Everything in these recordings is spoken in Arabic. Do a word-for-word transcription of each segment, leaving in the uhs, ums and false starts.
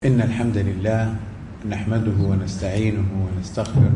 إن الحمد لله نحمده ونستعينه ونستغفره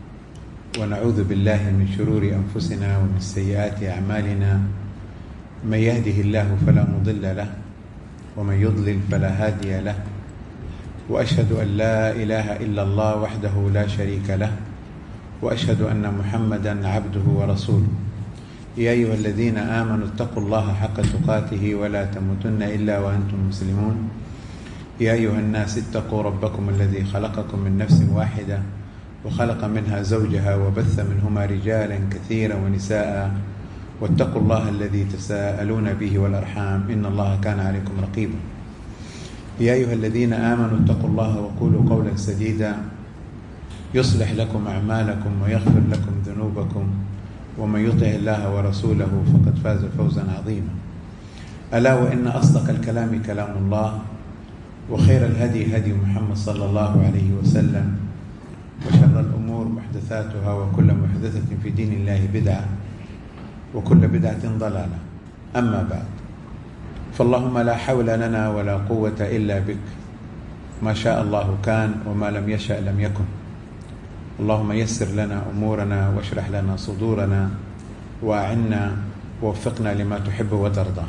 ونعوذ بالله من شرور أنفسنا ومن سيئات أعمالنا. من يهده الله فلا مضل له ومن يضلل فلا هادي له، وأشهد أن لا إله إلا الله وحده لا شريك له، وأشهد أن محمدا عبده ورسوله. يا أيها الذين آمنوا اتقوا الله حق تقاته ولا تموتن إلا وأنتم مسلمون. يا أيها الناس اتقوا ربكم الذي خلقكم من نفس واحدة وخلق منها زوجها وبث منهما رجالا كثيرا ونساء، واتقوا الله الذي تساءلون به والأرحام إن الله كان عليكم رقيبا. يا أيها الذين آمنوا اتقوا الله وقولوا قولا سديدا يصلح لكم أعمالكم ويغفر لكم ذنوبكم، ومن يطع الله ورسوله فقد فاز فوزا عظيما. ألا وإن أصدق الكلام كلام الله، وخير الهدي هدي محمد صلى الله عليه وسلم، وشر الأمور محدثاتها، وكل محدثة في دين الله بدعة، وكل بدعة ضلالة. أما بعد، فاللهم لا حول لنا ولا قوة إلا بك، ما شاء الله كان وما لم يشأ لم يكن. اللهم يسر لنا أمورنا واشرح لنا صدورنا وأعنا ووفقنا لما تحب وترضى.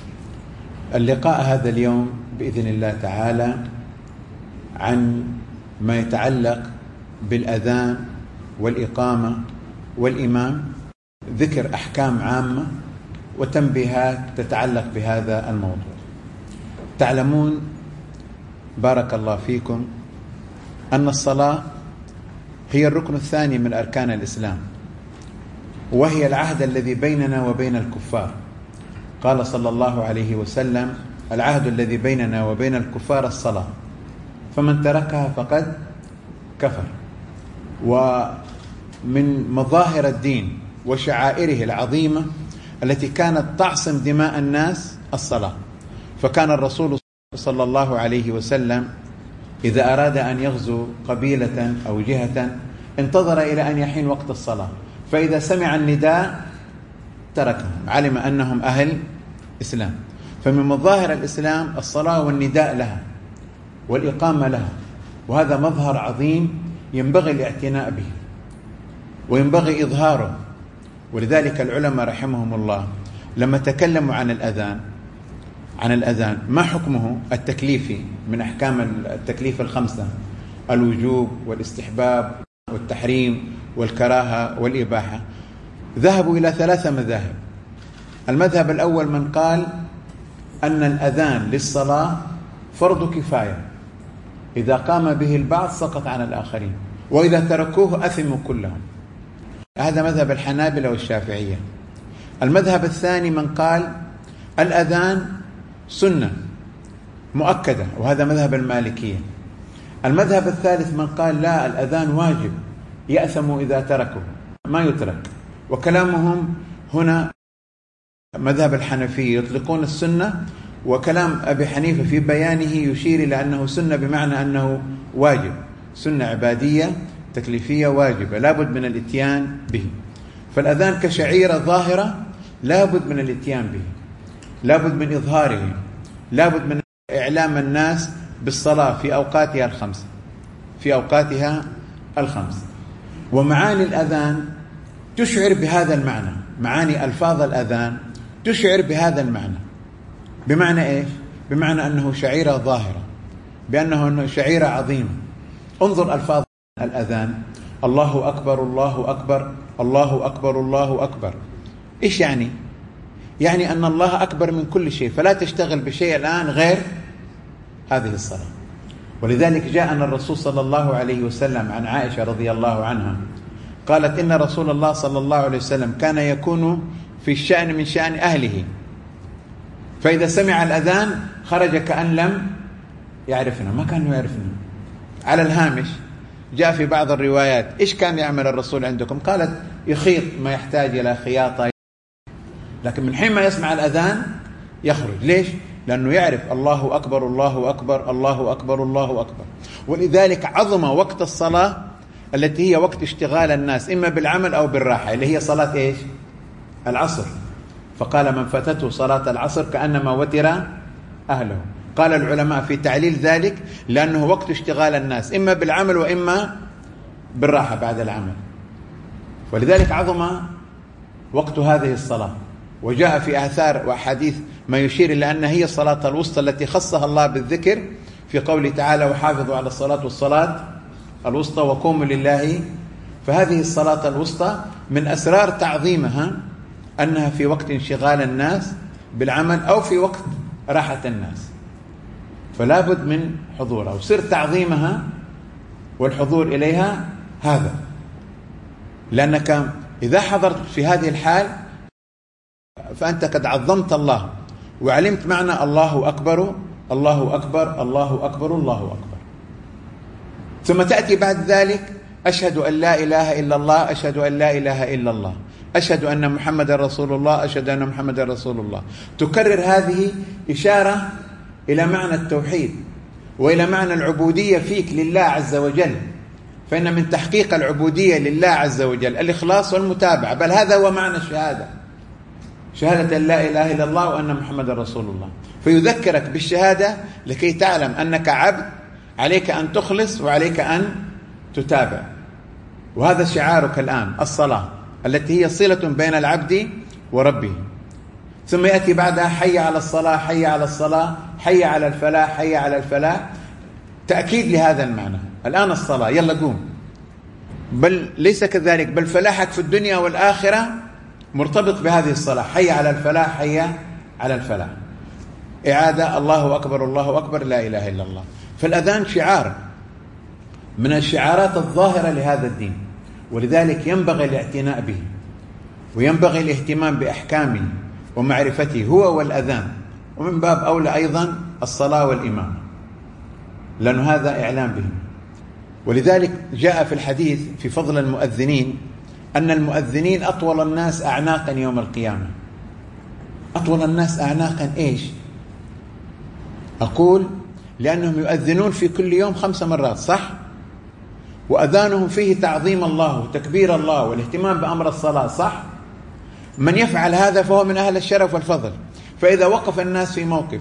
اللقاء هذا اليوم بإذن الله تعالى عن ما يتعلق بالأذان والإقامة والإمام، ذكر أحكام عامة وتنبيهات تتعلق بهذا الموضوع. تعلمون بارك الله فيكم أن الصلاة هي الركن الثاني من أركان الإسلام، وهي العهد الذي بيننا وبين الكفار. قال صلى الله عليه وسلم: العهد الذي بيننا وبين الكفار الصلاة، فمن تركها فقد كفر. ومن مظاهر الدين وشعائره العظيمة التي كانت تعصم دماء الناس الصلاة. فكان الرسول صلى الله عليه وسلم إذا أراد أن يغزو قبيلة أو جهة انتظر إلى أن يحين وقت الصلاة، فإذا سمع النداء تركهم، علم أنهم أهل إسلام. فمن مظاهر الإسلام الصلاة والنداء لها والإقامة لها، وهذا مظهر عظيم ينبغي الاعتناء به وينبغي إظهاره. ولذلك العلماء رحمهم الله لما تكلموا عن الأذان عن الأذان ما حكمه التكليفي من أحكام التكليف الخمسة: الوجوب والاستحباب والتحريم والكراهة والإباحة، ذهبوا إلى ثلاثة مذاهب. المذهب الأول من قال أن الأذان للصلاة فرض كفاية، إذا قام به البعض سقط عن الآخرين، وإذا تركوه أثموا كلهم. هذا مذهب الحنابلة والشافعية. المذهب الثاني من قال الأذان سنة مؤكدة، وهذا مذهب المالكية. المذهب الثالث من قال لا، الأذان واجب يأثم إذا تركه، ما يترك. وكلامهم هنا مذهب الحنفية يطلقون السنة، وكلام أبي حنيفة في بيانه يشير إلى أنه سنة بمعنى أنه واجب، سنة عبادية تكليفية واجبة لابد من الاتيان به. فالأذان كشعيرة ظاهرة لابد من الاتيان به، لابد من إظهاره، لابد من إعلام الناس بالصلاة في أوقاتها الخمسة في أوقاتها الخمس. ومعاني الأذان تشعر بهذا المعنى، معاني ألفاظ الأذان تشعر بهذا المعنى. بمعنى إيش؟ بمعنى أنه شعيرة ظاهرة، بأنه شعيرة عظيمة. انظر ألفاظ الأذان: الله أكبر الله أكبر الله أكبر الله أكبر. إيش يعني؟ يعني أن الله أكبر من كل شيء، فلا تشتغل بشيء الآن غير هذه الصلاة. ولذلك جاءنا الرسول صلى الله عليه وسلم عن عائشة رضي الله عنها قالت إن رسول الله صلى الله عليه وسلم كان يكون في الشأن من شأن أهله، فإذا سمع الأذان خرج كأن لم يعرفنا، ما كانوا يعرفنا. على الهامش جاء في بعض الروايات إيش كان يعمل الرسول عندكم؟ قالت يخيط ما يحتاج إلى خياطة، لكن من حين ما يسمع الأذان يخرج. ليش؟ لأنه يعرف الله أكبر الله أكبر الله أكبر الله أكبر. ولذلك عظم وقت الصلاة التي هي وقت اشتغال الناس إما بالعمل أو بالراحة، اللي هي صلاة إيش؟ العصر. فقال من فاتته صلاة العصر كأنما وتر أهله. قال العلماء في تعليل ذلك لأنه وقت اشتغال الناس إما بالعمل وإما بالراحة بعد العمل، ولذلك عظم وقت هذه الصلاة. وجاء في آثار وأحاديث ما يشير إلى أن هي الصلاة الوسطى التي خصها الله بالذكر في قوله تعالى: وحافظوا على الصلاة والصلاة الوسطى وقوموا لله. فهذه الصلاة الوسطى من أسرار تعظيمها أنها في وقت انشغال الناس بالعمل أو في وقت راحة الناس، فلا بد من حضورها. وسر تعظيمها والحضور إليها هذا، لأنك إذا حضرت في هذه الحال فأنت قد عظمت الله وعلمت معنى الله أكبر الله أكبر الله أكبر الله أكبر. ثم تأتي بعد ذلك: أشهد أن لا إله إلا الله أشهد أن لا إله إلا الله أشهد أن محمد رسول الله أشهد أن محمد رسول الله. تكرر هذه إشارة إلى معنى التوحيد وإلى معنى العبودية فيك لله عز وجل، فإن من تحقيق العبودية لله عز وجل الإخلاص والمتابعة، بل هذا هو معنى الشهادة، شهادة أن لا إله إلا الله وأن محمد رسول الله. فيذكرك بالشهادة لكي تعلم أنك عبد، عليك أن تخلص وعليك أن تتابع. وهذا شعارك الآن، الصلاة التي هي صلة بين العبد وربه. ثم يأتي بعدها: حي على الصلاة حي على الصلاة حي على الفلاح حي على الفلاح، تأكيد لهذا المعنى. الآن الصلاة، يلا قوم. بل ليس كذلك، بل فلاحك في الدنيا والآخرة مرتبط بهذه الصلاة: حي على الفلاح حي على الفلاح. إعادة: الله أكبر الله أكبر لا إله إلا الله. فالأذان شعار من الشعارات الظاهرة لهذا الدين، ولذلك ينبغي الاعتناء به وينبغي الاهتمام بأحكامه ومعرفته هو والأذان، ومن باب أولى أيضا الصلاة والإمامة، لأن هذا إعلام به. ولذلك جاء في الحديث في فضل المؤذنين أن المؤذنين أطول الناس أعناقا يوم القيامة. أطول الناس أعناقا إيش؟ أقول لأنهم يؤذنون في كل يوم خمس مرات، صح؟ وأذانهم فيه تعظيم الله وتكبير الله والاهتمام بأمر الصلاة، صح؟ من يفعل هذا فهو من أهل الشرف والفضل. فإذا وقف الناس في موقف،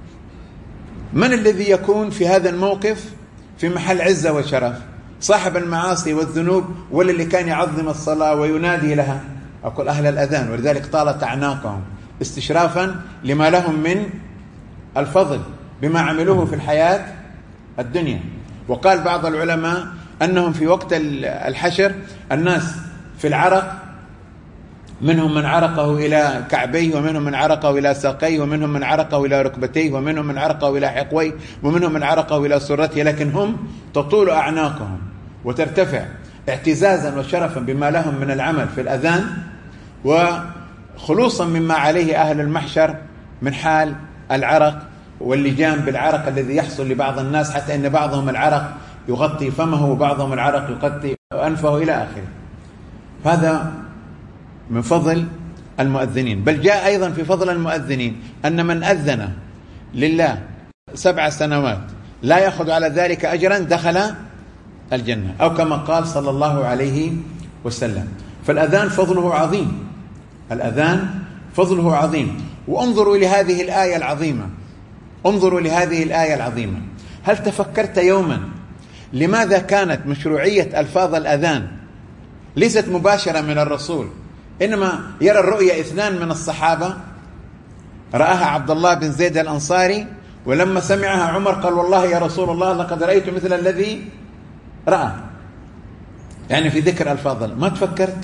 من الذي يكون في هذا الموقف في محل عزة وشرف؟ صاحب المعاصي والذنوب ولا اللي كان يعظم الصلاة وينادي لها؟ أقول أهل الأذان. ولذلك طالت أعناقهم استشرافا لما لهم من الفضل بما عملوه في الحياة الدنيا. وقال بعض العلماء أنهم في وقت الحشر الناس في العرق، منهم من عرقه إلى كعبيه ومنهم من عرقه إلى ساقيه ومنهم من عرقه إلى ركبتيه ومنهم من عرقه إلى حقويه ومنهم من عرقه إلى سرته، لكن هم تطول أعناقهم وترتفع اعتزازا وشرفا بما لهم من العمل في الأذان، وخلوصا مما عليه أهل المحشر من حال العرق واللجام بالعرق الذي يحصل لبعض الناس، حتى أن بعضهم العرق يغطي فمه وبعضهم العرق يغطي أنفه إلى آخره. هذا من فضل المؤذنين. بل جاء أيضا في فضل المؤذنين أن من أذن لله سبع سنوات لا يأخذ على ذلك أجرا دخل الجنة، أو كما قال صلى الله عليه وسلم. فالأذان فضله عظيم، الأذان فضله عظيم. وانظروا لهذه الآية العظيمة، انظروا لهذه الآية العظيمة. هل تفكرت يوما لماذا كانت مشروعية ألفاظ الأذان ليست مباشرة من الرسول، إنما يرى الرؤيا اثنان من الصحابة؟ رآها عبد الله بن زيد الأنصاري، ولما سمعها عمر قال: والله يا رسول الله لقد رأيت مثل الذي رأى، يعني في ذكر ألفاظ. ما تفكرت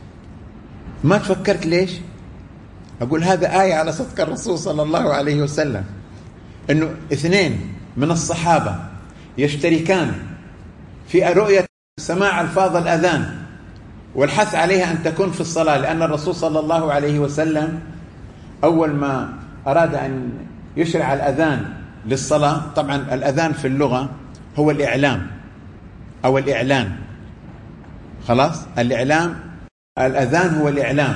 ما تفكرت ليش؟ أقول هذا آية على صدق الرسول صلى الله عليه وسلم، إنه اثنين من الصحابة يشتركان في رؤية سماع ألفاظ الأذان والحث عليها أن تكون في الصلاة، لأن الرسول صلى الله عليه وسلم أول ما أراد أن يشرع الأذان للصلاة، طبعا الأذان في اللغة هو الإعلام أو الإعلان، خلاص الإعلام، الأذان هو الإعلام،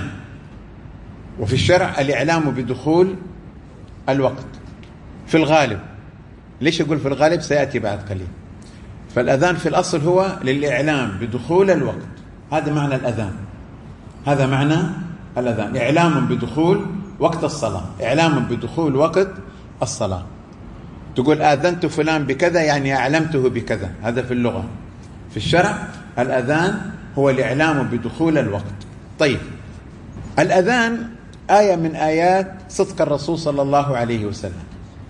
وفي الشرع الإعلام بدخول الوقت في الغالب. ليش أقول في الغالب؟ سيأتي بعد قليل. فالأذان في الأصل هو للإعلام بدخول الوقت، هذا معنى الأذان، هذا معنى الأذان، إعلام بدخول وقت الصلاة، إعلام بدخول وقت الصلاة. تقول آذنت فلان بكذا يعني أعلمته بكذا، هذا في اللغة. في الشرع الأذان هو الإعلام بدخول الوقت. طيب، الأذان آية من آيات صدق الرسول صلى الله عليه وسلم،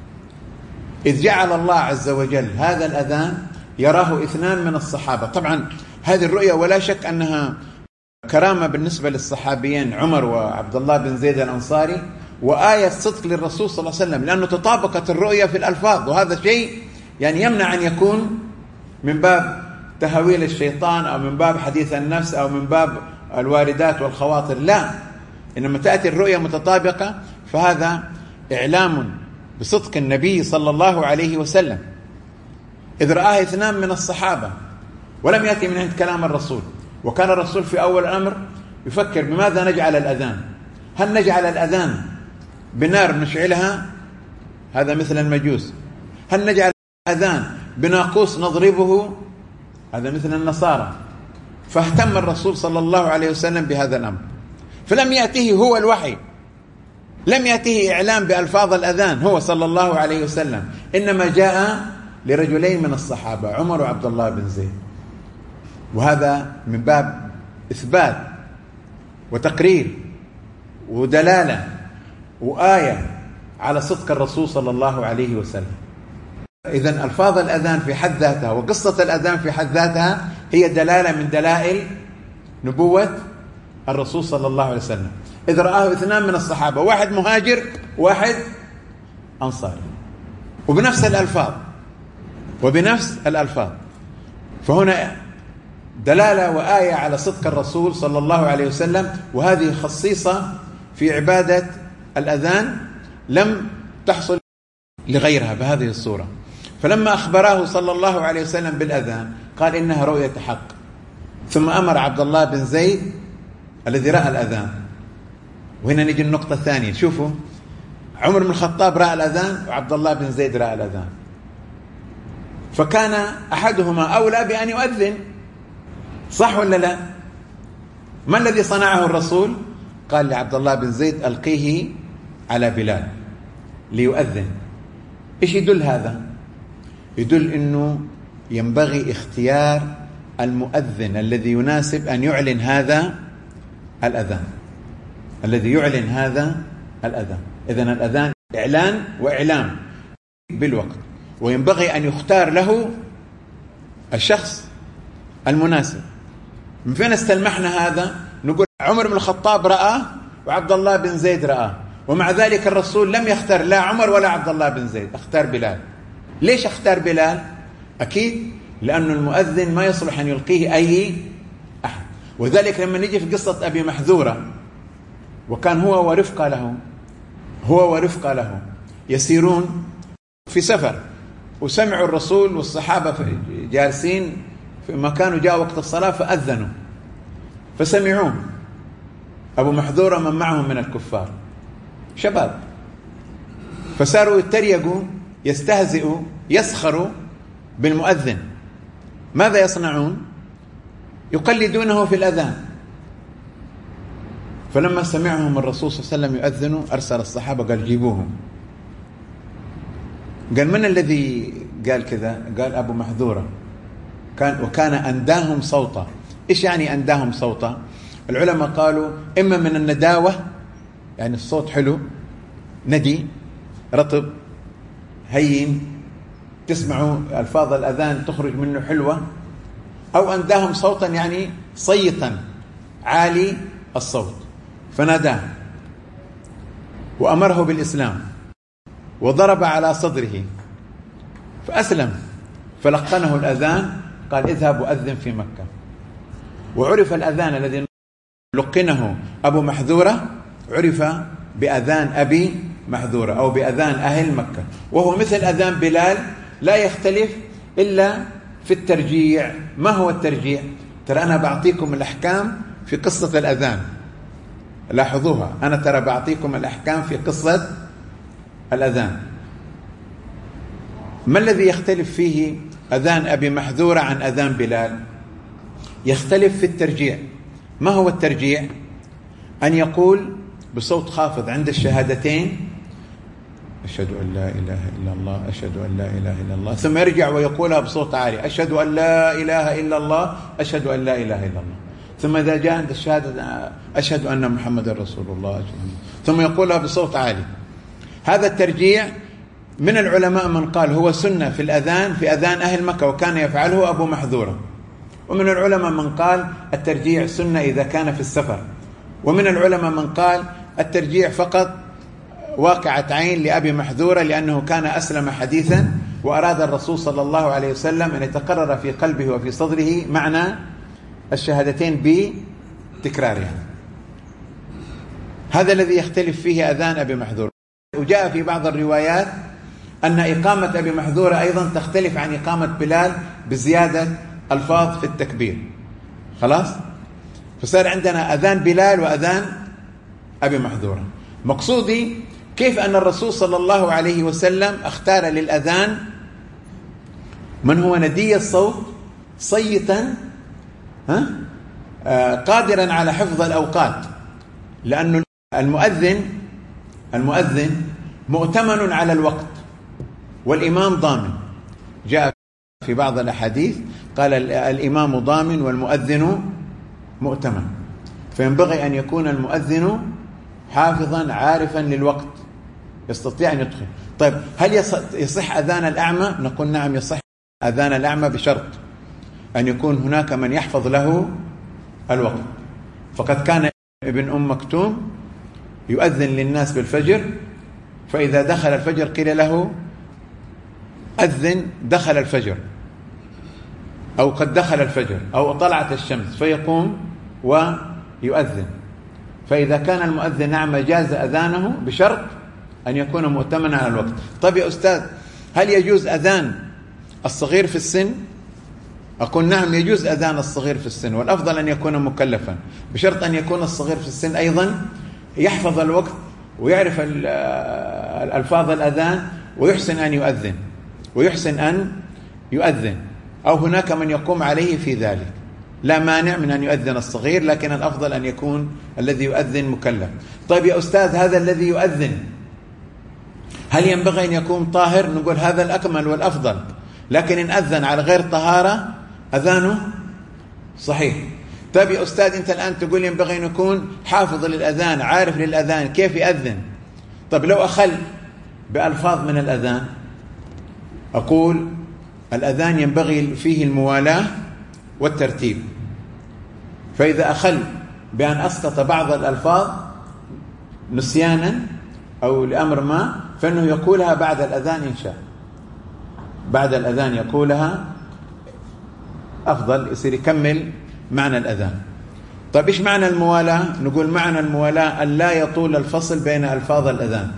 إذ جعل الله عز وجل هذا الأذان يراه اثنان من الصحابة. طبعا هذه الرؤية ولا شك أنها كرامة بالنسبة للصحابيين عمر وعبد الله بن زيد الأنصاري، وآية صدق للرسول صلى الله عليه وسلم، لأنه تطابقت الرؤية في الألفاظ، وهذا شيء يعني يمنع أن يكون من باب تهويل الشيطان أو من باب حديث النفس أو من باب الواردات والخواطر، لا، إنما تأتي الرؤية متطابقة، فهذا إعلام بصدق النبي صلى الله عليه وسلم، إذ رآه اثنان من الصحابة ولم يأتي من عند كلام الرسول. وكان الرسول في أول الأمر يفكر بماذا نجعل الأذان، هل نجعل الأذان بنار نشعلها، هذا مثل المجوس، هل نجعل الأذان بناقوس نضربه، هذا مثل النصارى. فاهتم الرسول صلى الله عليه وسلم بهذا الأمر، فلم يأته هو الوحي، لم يأته إعلام بألفاظ الأذان هو صلى الله عليه وسلم، إنما جاء لرجلين من الصحابة عمر وعبد الله بن زيد، وهذا من باب إثبات وتقرير ودلالة وآية على صدق الرسول صلى الله عليه وسلم. إذن ألفاظ الأذان في حد ذاتها وقصة الأذان في حد ذاتها هي دلالة من دلائل نبوة الرسول صلى الله عليه وسلم، إذ رآه اثنان من الصحابة، واحد مهاجر واحد أنصاري، وبنفس الألفاظ وبنفس الألفاظ. فهنا دلالة وآية على صدق الرسول صلى الله عليه وسلم، وهذه خصيصة في عبادة الأذان لم تحصل لغيرها بهذه الصورة. فلما أخبراه صلى الله عليه وسلم بالأذان قال إنها رؤية حق، ثم أمر عبد الله بن زيد الذي رأى الأذان. وهنا نجي النقطة الثانية، شوفوا، عمر بن الخطاب رأى الأذان وعبد الله بن زيد رأى الأذان، فكان أحدهما أولى بأن يؤذن، صح ولا لا؟ ما الذي صنعه الرسول؟ قال لعبد الله بن زيد ألقيه على بلال ليؤذن. إيش يدل هذا؟ يدل أنه ينبغي اختيار المؤذن الذي يناسب أن يعلن هذا الأذان، الذي يعلن هذا الأذان. إذن الأذان إعلان وإعلام بالوقت، وينبغي أن يختار له الشخص المناسب. من فين استلمحنا هذا؟ نقول عمر بن الخطاب رأى وعبد الله بن زيد رأى، ومع ذلك الرسول لم يختار لا عمر ولا عبد الله بن زيد، اختار بلال. ليش اختار بلال؟ أكيد لأن المؤذن ما يصلح أن يلقيه أي أحد. وذلك لما نجي في قصة أبي محذورة، وكان هو ورفقة له هو ورفقة له يسيرون في سفر، وسمعوا الرسول والصحابة جالسين في مكان، جاء وقت الصلاة فأذنوا، فسمعوه أبو محذورة من معهم من الكفار شباب، فساروا يتريقوا يستهزئوا يسخروا بالمؤذن. ماذا يصنعون؟ يقلدونه في الأذان. فلما سمعهم الرسول صلى الله عليه وسلم يؤذنوا أرسل الصحابة قال جيبوهم. قال من الذي قال كذا؟ قال أبو محذورة، كان وكان أنداهم صوتا. إيش يعني أنداهم صوتا؟ العلماء قالوا إما من النداوة، يعني الصوت حلو ندي رطب هين تسمعوا ألفاظ الأذان تخرج منه حلوة، أو أنداهم صوتا يعني صيتا عالي الصوت، فناداه وأمره بالإسلام وضرب على صدره فأسلم، فلقنه الأذان، قال اذهب وأذن في مكة. وعرف الأذان الذي لقنه أبو محذورة عرف بأذان أبي محذورة أو بأذان أهل مكة، وهو مثل أذان بلال لا يختلف إلا في الترجيع. ما هو الترجيع؟ ترى أنا بعطيكم الأحكام في قصة الأذان، لاحظوها، أنا ترى بعطيكم الأحكام في قصة الأذان. ما الذي يختلف فيه أذان أبي محذورة عن أذان بلال؟ يختلف في الترجيع. ما هو الترجيع؟ أن يقول بصوت خافض عند الشهادتين أشهد أن لا إله إلا الله، أشهد أن لا إله إلا الله، ثم يرجع ويقولها بصوت عالي، أشهد أن لا إله إلا الله، أشهد أن لا إله إلا الله. ثم إذا جاء عند الشهادة أشهد أن محمد رسول الله، ثم يقولها بصوت عالي. هذا الترجيع من العلماء من قال هو سنة في الأذان في أذان أهل مكة وكان يفعله أبو محذورة، ومن العلماء من قال الترجيع سنة إذا كان في السفر، ومن العلماء من قال الترجيع فقط واقعة عين لأبي محذورة لأنه كان أسلم حديثا وأراد الرسول صلى الله عليه وسلم أن يتقرر في قلبه وفي صدره معنى الشهادتين بتكرارها. هذا الذي يختلف فيه أذان أبي محذورة. وجاء في بعض الروايات أن إقامة أبي محذورة أيضا تختلف عن إقامة بلال بزيادة ألفاظ في التكبير. خلاص؟ فصار عندنا أذان بلال وأذان أبي محذورة. مقصودي كيف أن الرسول صلى الله عليه وسلم اختار للأذان من هو ندي الصوت صيتا ها؟ آه قادرا على حفظ الأوقات، لأن المؤذن المؤذن مؤتمن على الوقت والإمام ضامن. جاء في بعض الأحاديث قال الإمام ضامن والمؤذن مؤتمن، فينبغي أن يكون المؤذن حافظا عارفا للوقت يستطيع أن يدخل. طيب هل يصح أذان الأعمى؟ نقول نعم يصح أذان الأعمى بشرط أن يكون هناك من يحفظ له الوقت. فقد كان ابن أم مكتوم يؤذن للناس بالفجر، فإذا دخل الفجر قيل له أذن دخل الفجر أو قد دخل الفجر أو طلعت الشمس، فيقوم ويؤذن. فإذا كان المؤذن أعمى جاز أذانه بشرط أن يكون مؤتمنا على الوقت. طيب يا أستاذ هل يجوز أذان الصغير في السن؟ أقول نعم يجوز أذان الصغير في السن، والأفضل أن يكون مكلفا، بشرط أن يكون الصغير في السن أيضا يحفظ الوقت ويعرف الألفاظ الأذان ويحسن أن يؤذن ويحسن أن يؤذن أو هناك من يقوم عليه في ذلك. لا مانع من أن يؤذن الصغير، لكن الأفضل أن يكون الذي يؤذن مكلف. طيب يا أستاذ هذا الذي يؤذن هل ينبغي أن يكون طاهر؟ نقول هذا الأكمل والأفضل، لكن إن أذن على غير طهارة أذانه صحيح. طيب يا أستاذ أنت الآن تقول ينبغي أن يكون حافظ للأذان عارف للأذان، كيف يأذن؟ طيب لو أخل بألفاظ من الأذان، أقول الأذان ينبغي فيه الموالاة والترتيب، فإذا أخل بأن أسقط بعض الألفاظ نسيانا أو لأمر ما فإنه يقولها بعد الأذان إن شاء، بعد الأذان يقولها أفضل، يصير يكمل معنى الأذان. طيب إيش معنى الموالاة؟ نقول معنى الموالاة أن لا يطول الفصل بين ألفاظ الأذان،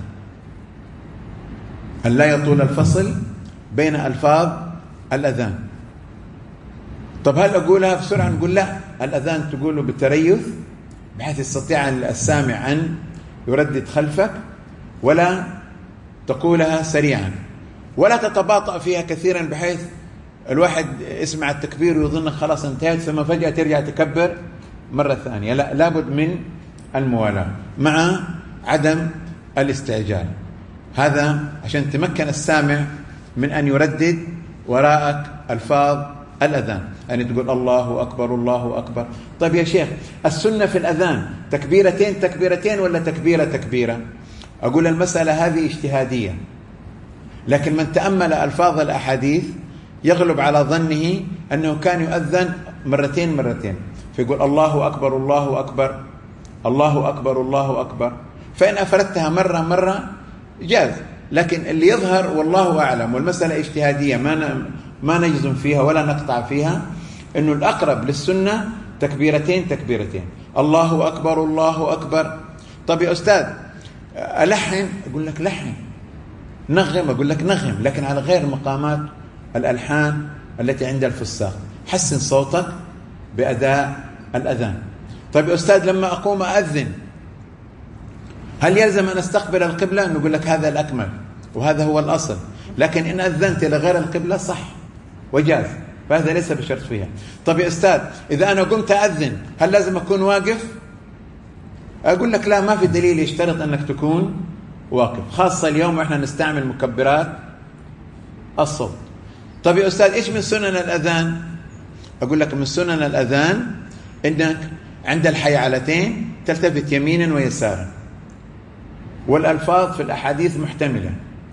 أن لا يطول الفصل بين ألفاظ الأذان. طب هل أقولها بسرعة؟ نقول لا، الأذان تقوله بالتريث بحيث يستطيع السامع أن يردد خلفك، ولا تقولها سريعا، ولا تتباطأ فيها كثيرا بحيث الواحد يسمع التكبير ويظن خلاص انتهت ثم فجأة ترجع تكبر مرة ثانية. لا، لابد من الموالاة مع عدم الاستعجال. هذا عشان تمكن السامع من أن يردد وراءك ألفاظ الأذان، يعني تقول الله أكبر الله أكبر. طيب يا شيخ السنة في الأذان تكبيرتين تكبيرتين ولا تكبيرة تكبيرة؟ أقول المسألة هذه اجتهادية، لكن من تأمل ألفاظ الأحاديث يغلب على ظنه أنه كان يؤذن مرتين مرتين، فيقول الله أكبر الله أكبر الله أكبر الله أكبر، فإن أفردتها مرة مرة جاز، لكن اللي يظهر والله أعلم والمسألة اجتهادية ما ما نجزم فيها ولا نقطع فيها، إنه الأقرب للسنة تكبيرتين تكبيرتين الله أكبر الله أكبر. طب يا أستاذ ألحن؟ أقول لك لحن. نغم؟ أقول لك نغم، لكن على غير مقامات الألحان التي عند الفساق. حسن صوتك بأداء الأذان. طيب يا أستاذ لما أقوم أذن هل يلزم أن أستقبل القبلة؟ نقول لك هذا الأكمل وهذا هو الأصل، لكن إن أذنت لغير القبلة صح وجاز، فهذا ليس بشرط فيها. طيب يا أستاذ إذا أنا قمت أذن هل لازم أكون واقف؟ أقول لك لا، ما في دليل يشترط أنك تكون واقف، خاصة اليوم وإحنا نستعمل مكبرات الصوت. طب يا أستاذ إيش من سنن الأذان؟ أقول لك من سنن الأذان إنك عند الحيعلتين تلتفت يمينا ويسارا، والألفاظ في الأحاديث محتملة،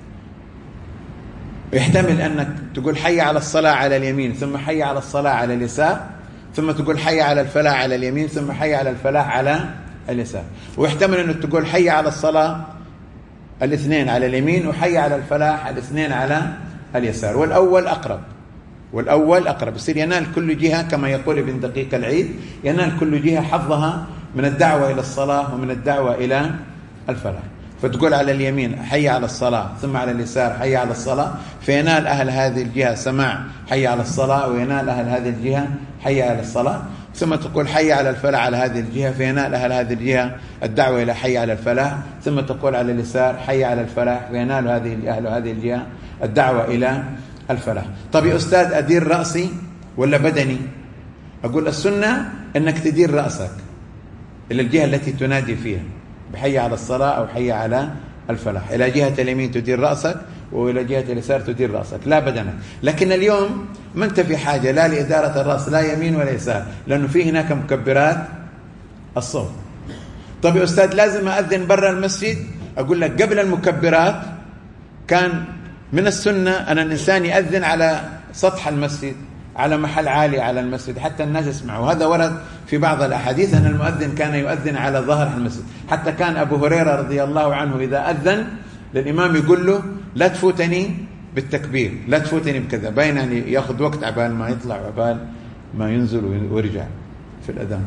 يحتمل أنك تقول حي على الصلاة على اليمين ثم حي على الصلاة على اليسار، ثم تقول حي على الفلاح على اليمين ثم حي على الفلاح على اليسار، ويحتمل أنك تقول حي على الصلاة الاثنين على اليمين وحي على الفلاح الاثنين على اليسار، والأول أقرب والأول أقرب يصير ينال كل جهة كما يقول ابن دقيق العيد، ينال كل جهة حظها من الدعوة إلى الصلاة ومن الدعوة إلى الفلاح. فتقول على اليمين حي على الصلاة ثم على اليسار حي على الصلاة، فينال أهل هذه الجهة سماع حي على الصلاة، وينال أهل هذه الجهة حي على الصلاة، ثم تقول حي على الفلاح على هذه الجهة، فينال أهل هذه الجهة الدعوة إلى حي على الفلاح، ثم تقول على اليسار حي على الفلاح، فينال هذه أهل هذه الجهة الدعوة إلى الفلاح. طب يا أستاذ أدير رأسي ولا بدني؟ أقول السنة أنك تدير رأسك إلى الجهة التي تنادي فيها بحي على الصلاة أو حي على الفلاح، إلى جهة اليمين تدير رأسك وإلى جهة اليسار تدير رأسك لا بدنك. لكن اليوم ما أنت في حاجة لا لإدارة الرأس لا يمين ولا يسار، لأنه في هناك مكبرات الصوت. طب يا أستاذ لازم أذن برا المسجد؟ أقول لك قبل المكبرات كان من السنة أن الإنسان يأذن على سطح المسجد، على محل عالي على المسجد حتى الناس يسمعوا. وهذا ورد في بعض الأحاديث أن المؤذن كان يؤذن على ظهر المسجد، حتى كان أبو هريرة رضي الله عنه إذا أذن للإمام يقول له لا تفوتني بالتكبير، لا تفوتني بكذا، بين أن يأخذ وقت عبال ما يطلع وعبال ما ينزل ويرجع في الأذان.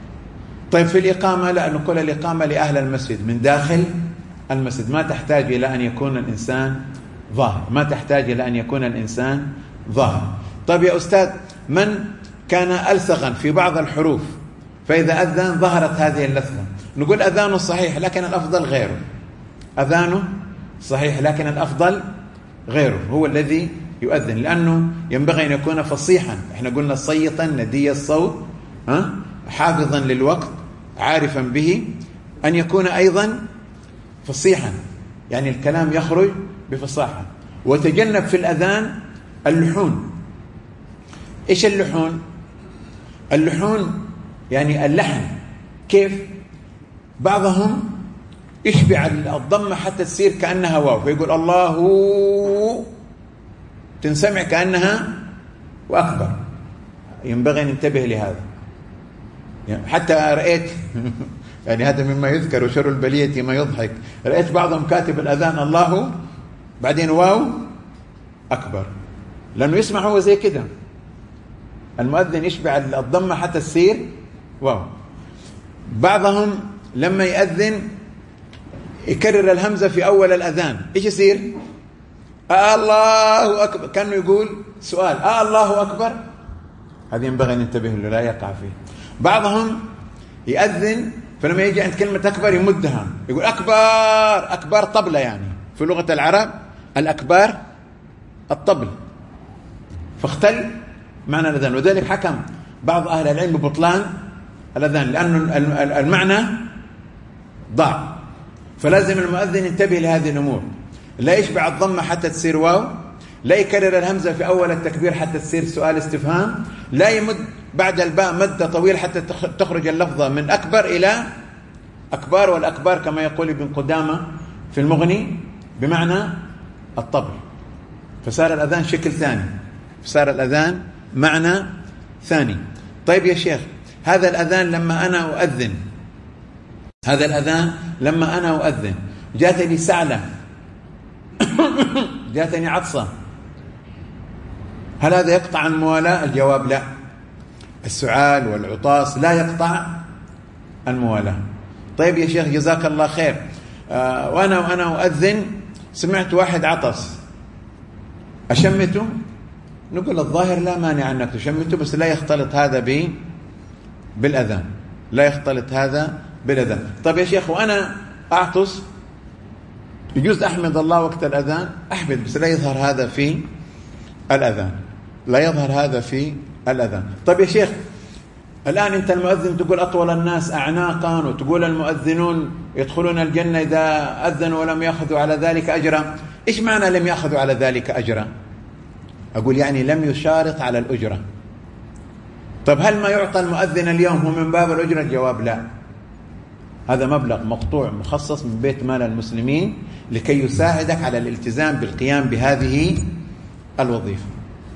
طيب في الإقامة لا، نقول الإقامة لأهل المسجد من داخل المسجد، ما تحتاج إلى أن يكون الإنسان ظاهر، ما تحتاج إلى أن يكون الإنسان ظاهر. طيب يا أستاذ من كان ألثغا في بعض الحروف فإذا أذن ظهرت هذه اللثغة، نقول أذانه صحيح لكن الأفضل غيره، أذانه صحيح لكن الأفضل غيره هو الذي يؤذن، لأنه ينبغي أن يكون فصيحا. احنا قلنا صيتا ندي الصوت، ها حافظا للوقت عارفا به، أن يكون أيضا فصيحا يعني الكلام يخرج بفصاحة. وتجنب في الأذان اللحون. إيش اللحون؟ اللحون يعني اللحن. كيف؟ بعضهم يشبع الضمة حتى تصير كأنها واو، فيقول الله تنسمع كأنها وأكبر. ينبغي أن ننتبه لهذا. يعني حتى رأيت يعني هذا مما يذكر وشر البلية ما يضحك، رأيت بعضهم كاتب الأذان الله بعدين واو أكبر، لأنه يسمع هو زي كده. المؤذن يشبع الضمة حتى تصير واو. بعضهم لما يأذن يكرر الهمزة في أول الأذان، إيش يصير؟ آه الله أكبر، كأنه يقول سؤال آه الله أكبر. هذا ينبغي أن ننتبه له لا يقع فيه. بعضهم يأذن فلما يجي عند كلمة أكبر يمدها، يقول أكبر أكبر طبلة، يعني في لغة العرب الأكبر الطبل، فاختل معنى الأذان. وذلك حكم بعض أهل العلم ببطلان الأذان لأنه المعنى ضاع. فلازم المؤذن ينتبه لهذه الأمور، لا يشبع الضمة حتى تصير واو، لا يكرر الهمزة في أول التكبير حتى تصير سؤال استفهام، لا يمد بعد الباء مد طويل حتى تخرج اللفظة من أكبر إلى أكبر، والأكبر كما يقول ابن قدامة في المغني بمعنى الطبل. فصار الأذان شكل ثاني، فصار الأذان معنى ثاني. طيب يا شيخ هذا الأذان لما أنا أؤذن هذا الأذان لما أنا أؤذن جاتني سعلة جاتني عطسة، هل هذا يقطع الموالاة؟ الجواب لا، السعال والعطاس لا يقطع الموالاة. طيب يا شيخ جزاك الله خير، آه وأنا وأنا أؤذن سمعت واحد عطس أشمته؟ نقول الظاهر لا مانع أنك تشمته، بس لا يختلط هذا ب بالأذان، لا يختلط هذا بالأذان. طيب يا شيخ وأنا أعطس يجوز أحمد الله وقت الأذان؟ أحمد، بس لا يظهر هذا في الأذان، لا يظهر هذا في الأذان. طيب يا شيخ الآن أنت المؤذن تقول أطول الناس أعناقا، وتقول المؤذنون يدخلون الجنة إذا أذنوا ولم يأخذوا على ذلك أجرا. إيش معنى لم يأخذوا على ذلك أجرا؟ أقول يعني لم يشارط على الأجرة. طب هل ما يعطى المؤذن اليوم هو من باب الأجرة؟ الجواب لا، هذا مبلغ مقطوع مخصص من بيت مال المسلمين لكي يساعدك على الالتزام بالقيام بهذه الوظيفة.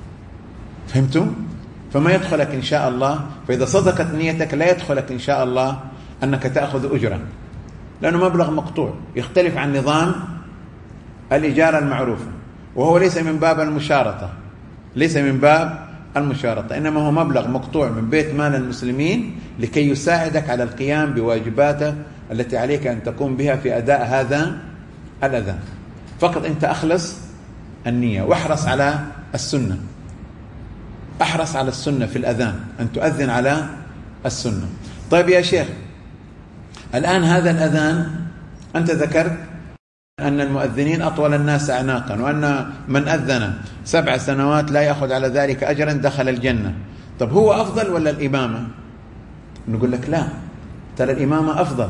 فهمتم؟ فما يدخلك إن شاء الله، فإذا صدقت نيتك لا يدخلك إن شاء الله أنك تأخذ أجرة، لأنه مبلغ مقطوع يختلف عن نظام الإجارة المعروفة، وهو ليس من باب المشارطة، ليس من باب المشارطة، إنما هو مبلغ مقطوع من بيت مال المسلمين لكي يساعدك على القيام بواجباتك التي عليك أن تقوم بها في أداء هذا الأذان. فقط أنت أخلص النية واحرص على السنة، احرص على السنة في الأذان، أن تؤذن على السنة. طيب يا شيخ، الآن هذا الأذان أنت ذكرت أن المؤذنين أطول الناس أعناقا، وأن من أذن سبع سنوات لا يأخذ على ذلك أجرا دخل الجنة. طب هو أفضل ولا الإمامة؟ نقول لك لا، ترى الإمامة أفضل،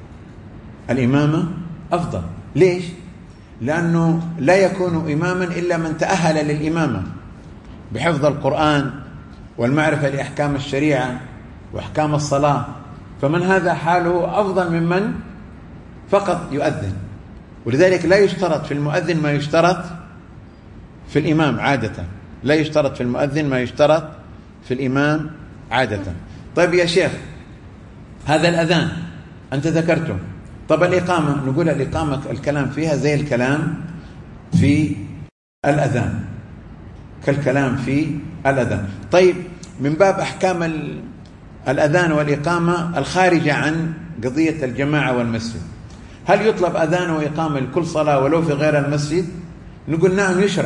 الإمامة أفضل. ليش؟ لأنه لا يكون إماما إلا من تأهل للإمامة بحفظ القرآن والمعرفة لأحكام الشريعة وأحكام الصلاة، فمن هذا حاله أفضل ممن فقط يؤذن. ولذلك لا يشترط في المؤذن ما يشترط في الإمام عادة، لا يشترط في المؤذن ما يشترط في الإمام عادة. طيب يا شيخ، هذا الأذان أنت ذكرته، طب الإقامة، نقول الإقامة الكلام فيها زي الكلام في الأذان، كالكلام في الأذان. طيب من باب أحكام الأذان والإقامة الخارجة عن قضية الجماعة والمسجد، هل يطلب أذان وإقامة لكل صلاة ولو في غير المسجد؟ نقول نعم يشرع،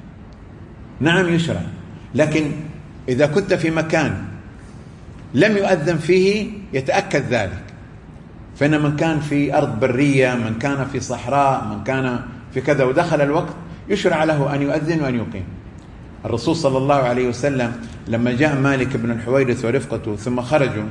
نعم يشرع، لكن إذا كنت في مكان لم يؤذن فيه يتأكد ذلك، فإن من كان في أرض برية، من كان في صحراء، من كان في كذا ودخل الوقت يشرع له أن يؤذن وأن يقيم. الرسول صلى الله عليه وسلم لما جاء مالك بن الحويرث ورفقته ثم خرجوا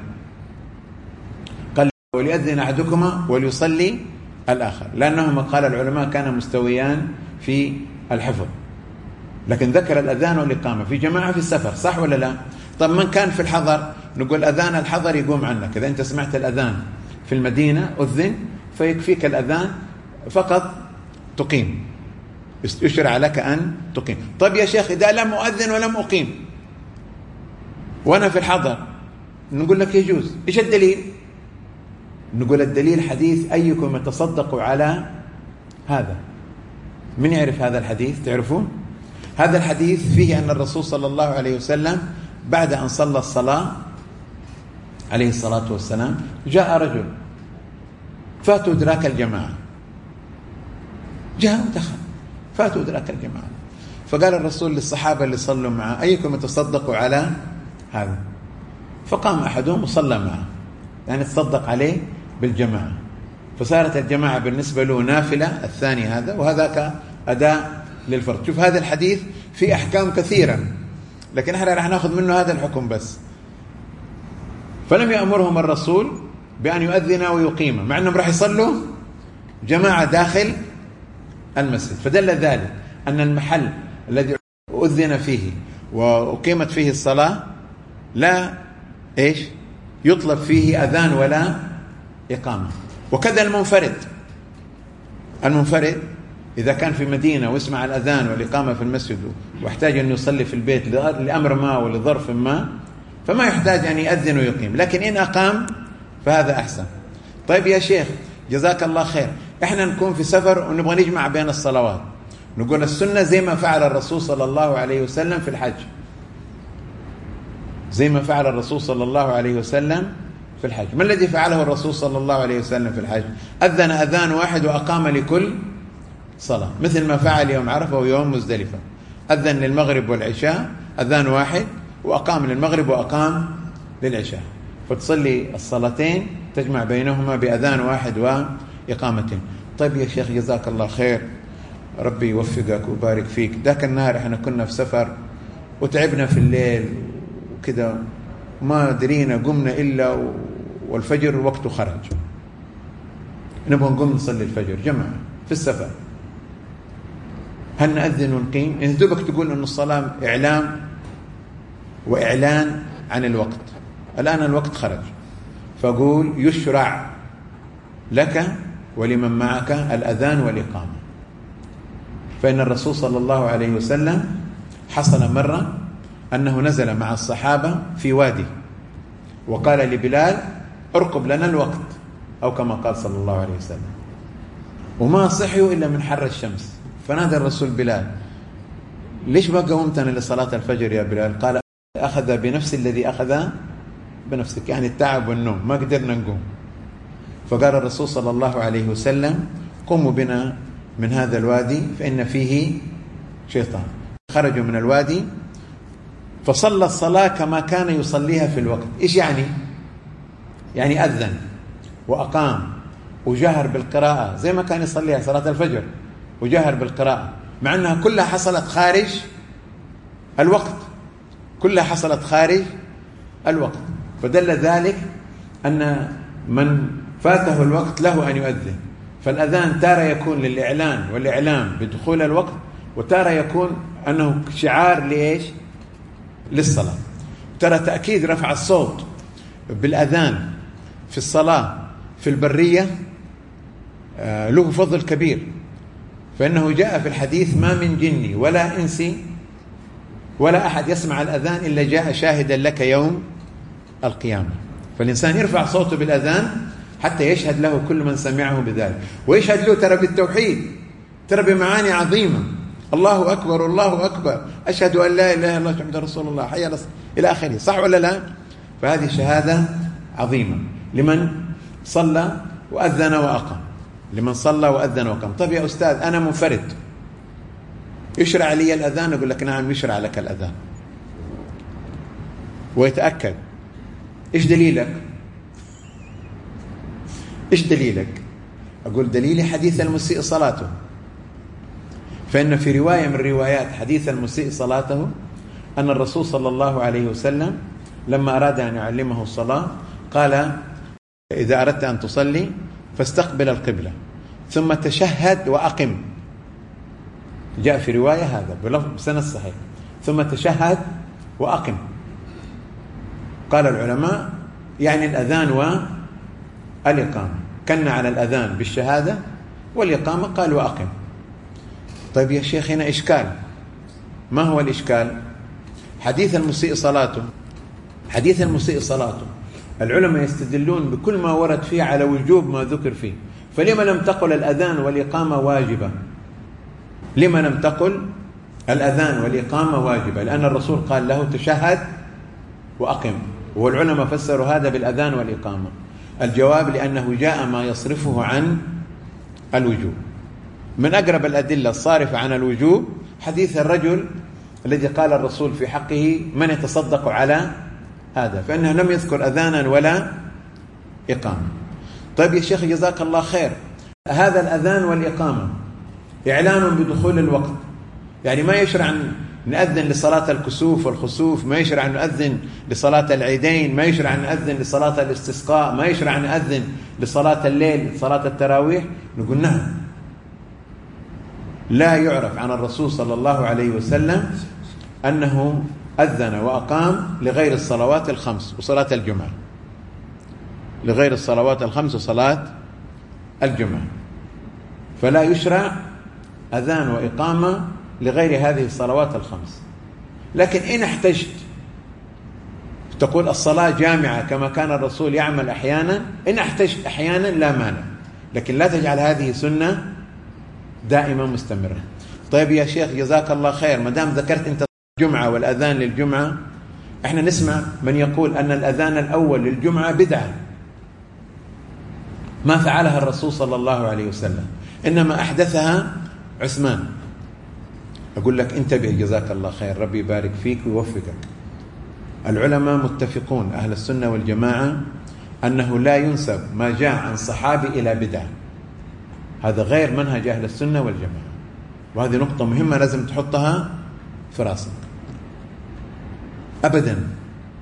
قال وليأذن أحدكما وليصلي الآخر، لأنهما قال العلماء كان مستويان في الحفظ، لكن ذكر الأذان والإقامة في جماعة في السفر، صح ولا لا؟ طب من كان في الحضر، نقول أذان الحضر يقوم عنك، إذا أنت سمعت الأذان في المدينة أذن فيكفيك الأذان فقط تقيم، يشرع لك أن تقيم. طيب يا شيخ، إذا لم أؤذن ولم أقيم وأنا في الحضر، نقول لك يجوز. إيش الدليل؟ نقول الدليل حديث أيكم يتصدق على هذا. من يعرف هذا الحديث؟ تعرفون؟ هذا الحديث فيه أن الرسول صلى الله عليه وسلم بعد أن صلى الصلاة عليه الصلاة والسلام جاء رجل فاتوا إدراك الجماعة، جاء ودخل فاتوا إدراك الجماعة، فقال الرسول للصحابة اللي صلوا معه أيكم يتصدقوا على هذا؟ فقام أحدهم وصلى معه، يعني تصدق عليه بالجماعة، فصارت الجماعة بالنسبة له نافلة الثاني هذا، وهذاك أداء للفرد. شوف هذا الحديث فيه أحكام كثيرة، لكن احنا راح ناخذ منه هذا الحكم بس. فلم يأمرهم الرسول بأن يؤذن ويقيم، مع أنهم راح يصلوا جماعة داخل المسجد، فدل ذلك أن المحل الذي أذن فيه وأقيمت فيه الصلاة لا إيش يطلب فيه أذان ولا إقامة. وكذا المنفرد، المنفرد إذا كان في مدينة واسمع الأذان والإقامة في المسجد واحتاج أن يصلي في البيت لأمر ما ولظرف ما، فما يحتاج أن يأذن ويقيم، لكن إن أقام فهذا أحسن. طيب يا شيخ جزاك الله خير، إحنا نكون في سفر ونبغى نجمع بين الصلوات، نقول السنة زي ما فعل الرسول صلى الله عليه وسلم في الحج، زي ما فعل الرسول صلى الله عليه وسلم في الحج. ما الذي فعله الرسول صلى الله عليه وسلم في الحج؟ أذن أذان واحد وأقام لكل صلاة، مثل ما فعل يوم عرفة ويوم مزدلفة، أذن للمغرب والعشاء أذان واحد وأقام للمغرب وأقام للعشاء، فتصلي الصلاتين تجمع بينهما بأذان واحد وإقامتين. طيب يا شيخ جزاك الله خير، ربي يوفقك وبارك فيك، ذاك النهار احنا كنا في سفر وتعبنا في الليل وكذا ما درينا قمنا إلا والفجر وقته خرج، نبغى نقوم نصلي الفجر جماعة في السفر، هل نأذن ونقيم؟ إن دوبك تقول أن الصلاة إعلام وإعلان عن الوقت، الآن الوقت خرج، فأقول يشرع لك ولمن معك الأذان والإقامة. فإن الرسول صلى الله عليه وسلم حصل مرة أنه نزل مع الصحابة في وادي وقال لبلال اركب لنا الوقت، أو كما قال صلى الله عليه وسلم، وما صحيوا إلا من حر الشمس. فنادى الرسول بلال ليش ما قومتنا لصلاة الفجر يا بلال؟ قال أخذ بنفس الذي أخذ بنفسك، يعني التعب والنوم ما قدرنا نقوم. فقال الرسول صلى الله عليه وسلم قوموا بنا من هذا الوادي فإن فيه شيطان. خرجوا من الوادي فصلى الصلاة كما كان يصليها في الوقت. إيش يعني؟ يعني أذن وأقام وجهر بالقراءة زي ما كان يصليها صلاة الفجر، وجهر بالقراءة، مع أنها كلها حصلت خارج الوقت، كلها حصلت خارج الوقت. فدل ذلك أن من فاته الوقت له أن يؤذن. فالأذان تارة يكون للإعلان والإعلام بدخول الوقت، وتارة يكون أنه شعار لإيش؟ للصلاة. ترى تأكيد رفع الصوت بالأذان في الصلاة في البرية له فضل كبير، فإنه جاء في الحديث ما من جني ولا إنسي ولا أحد يسمع الأذان إلا جاء شاهدا لك يوم القيامة. فالإنسان يرفع صوته بالأذان حتى يشهد له كل من سمعه بذلك، ويشهد له ترى بالتوحيد، ترى بمعاني عظيمة، الله أكبر الله أكبر، أشهد أن لا إله إلا الله محمد رسول الله، حي على الصلاة، إلى آخره. صح ولا لا؟ فهذه شهادة عظيمة لمن صلى وأذن وأقام، لمن صلى وأذن وأقام. طيب يا أستاذ أنا منفرد، يشرع لي الأذان؟ أقول لك نعم يشرع لك الأذان، ويتأكد. إيش دليلك؟ إيش دليلك؟ أقول دليلي حديث المسيء صلاته، فإن في رواية من روايات حديث المسيء صلاته أن الرسول صلى الله عليه وسلم لما أراد أن يعلمه الصلاة قال إذا أردت أن تصلي فاستقبل القبلة ثم تشهد وأقم. جاء في رواية هذا بسند الصحيح، ثم تشهد وأقم. قال العلماء يعني الأذان والإقامة، كن على الأذان بالشهادة والإقامة قال وأقم. طيب يا شيخ هنا إشكال. ما هو الإشكال؟ حديث المسيء صلاته، حديث المسيء صلاته العلماء يستدلون بكل ما ورد فيه على وجوب ما ذكر فيه، فلما لم تقل الأذان والإقامة واجبة؟ لما لم تقل الأذان والإقامة واجبة؟ لأن الرسول قال له تشهد وأقم، والعلماء فسروا هذا بالأذان والإقامة. الجواب لأنه جاء ما يصرفه عن الوجوب. من أقرب الأدلة الصارفة عن الوجوب حديث الرجل الذي قال الرسول في حقه من يتصدق على هذا، فإنه لم يذكر أذانا ولا إقامة. طيب يا شيخ جزاك الله خير، هذا الأذان والإقامة إعلان بدخول الوقت، يعني ما يشرع أن نأذن لصلاة الكسوف والخسوف، ما يشرع أن نأذن لصلاة العيدين، ما يشرع أن نأذن لصلاة الاستسقاء، ما يشرع أن نأذن لصلاة الليل صلاة التراويح؟ نقول نعم. لا يعرف عن الرسول صلى الله عليه وسلم أنه أذن وأقام لغير الصلوات الخمس وصلاة الجمعة، لغير الصلوات الخمس وصلاة الجمعة، فلا يشرع أذان وإقامة لغير هذه الصلوات الخمس. لكن إن احتجت تقول الصلاة جامعة كما كان الرسول يعمل أحيانا، إن احتجت أحيانا لا مانع، لكن لا تجعل هذه سنة دائما مستمرة. طيب يا شيخ جزاك الله خير، ما دام ذكرت أنت الجمعة والأذان للجمعة، احنا نسمع من يقول أن الأذان الأول للجمعة بدعة ما فعلها الرسول صلى الله عليه وسلم، إنما أحدثها عثمان. أقول لك انتبه جزاك الله خير، ربي يبارك فيك ويوفقك. العلماء متفقون أهل السنة والجماعة أنه لا ينسب ما جاء عن صحابي إلى بدعة، هذا غير منهج أهل السنة والجماعة، وهذه نقطة مهمة لازم تحطها في راسك. أبدا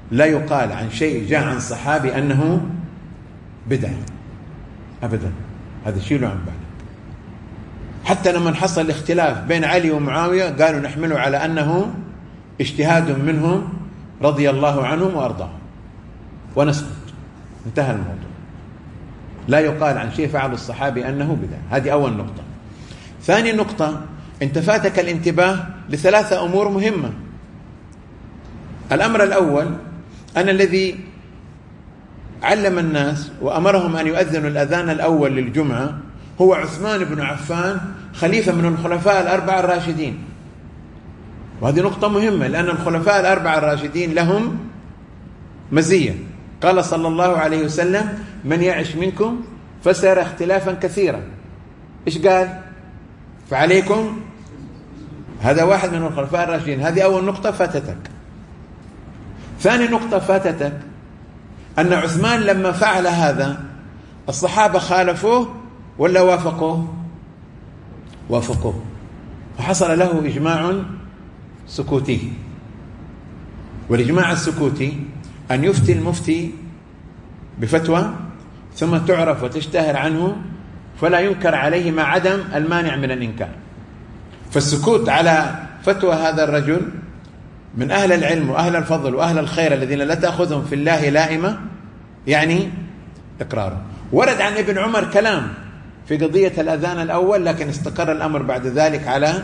لا يقال عن شيء جاء عن صحابي أنه بدعة أبدا، هذا شيله عن بالك. حتى لما حصل الاختلاف بين علي ومعاوية قالوا نحمله على أنه اجتهاد منهم رضي الله عنهم وأرضاهم ونسكت، انتهى الموضوع. لا يقال عن شيء فعل الصحابي أنه بدعة. هذه أول نقطة. ثاني نقطة، انت فاتك الانتباه لثلاثة أمور مهمة. الأمر الأول أن الذي علم الناس وأمرهم أن يؤذنوا الأذان الأول للجمعة هو عثمان بن عفان، خليفة من الخلفاء الأربعة الراشدين. وهذه نقطة مهمة، لأن الخلفاء الأربعة الراشدين لهم مزية. قال صلى الله عليه وسلم: من يعش منكم فسيرى اختلافا كثيرا. إيش قال؟ فعليكم. هذا واحد من الخلفاء الراشدين. هذه أول نقطة فاتتك. ثاني نقطة فاتتك أن عثمان لما فعل هذا الصحابة خالفوه ولا وافقوه؟ وافقوه، فحصل له إجماع سكوتي. والإجماع السكوتي أن يفتي المفتي بفتوى ثم تعرف وتشتهر عنه فلا ينكر عليه ما عدم المانع من الإنكار. فالسكوت على فتوى هذا الرجل من أهل العلم وأهل الفضل وأهل الخير الذين لا تأخذهم في الله لائمة يعني إقراره. ورد عن ابن عمر كلام في قضية الأذان الأول، لكن استقر الأمر بعد ذلك على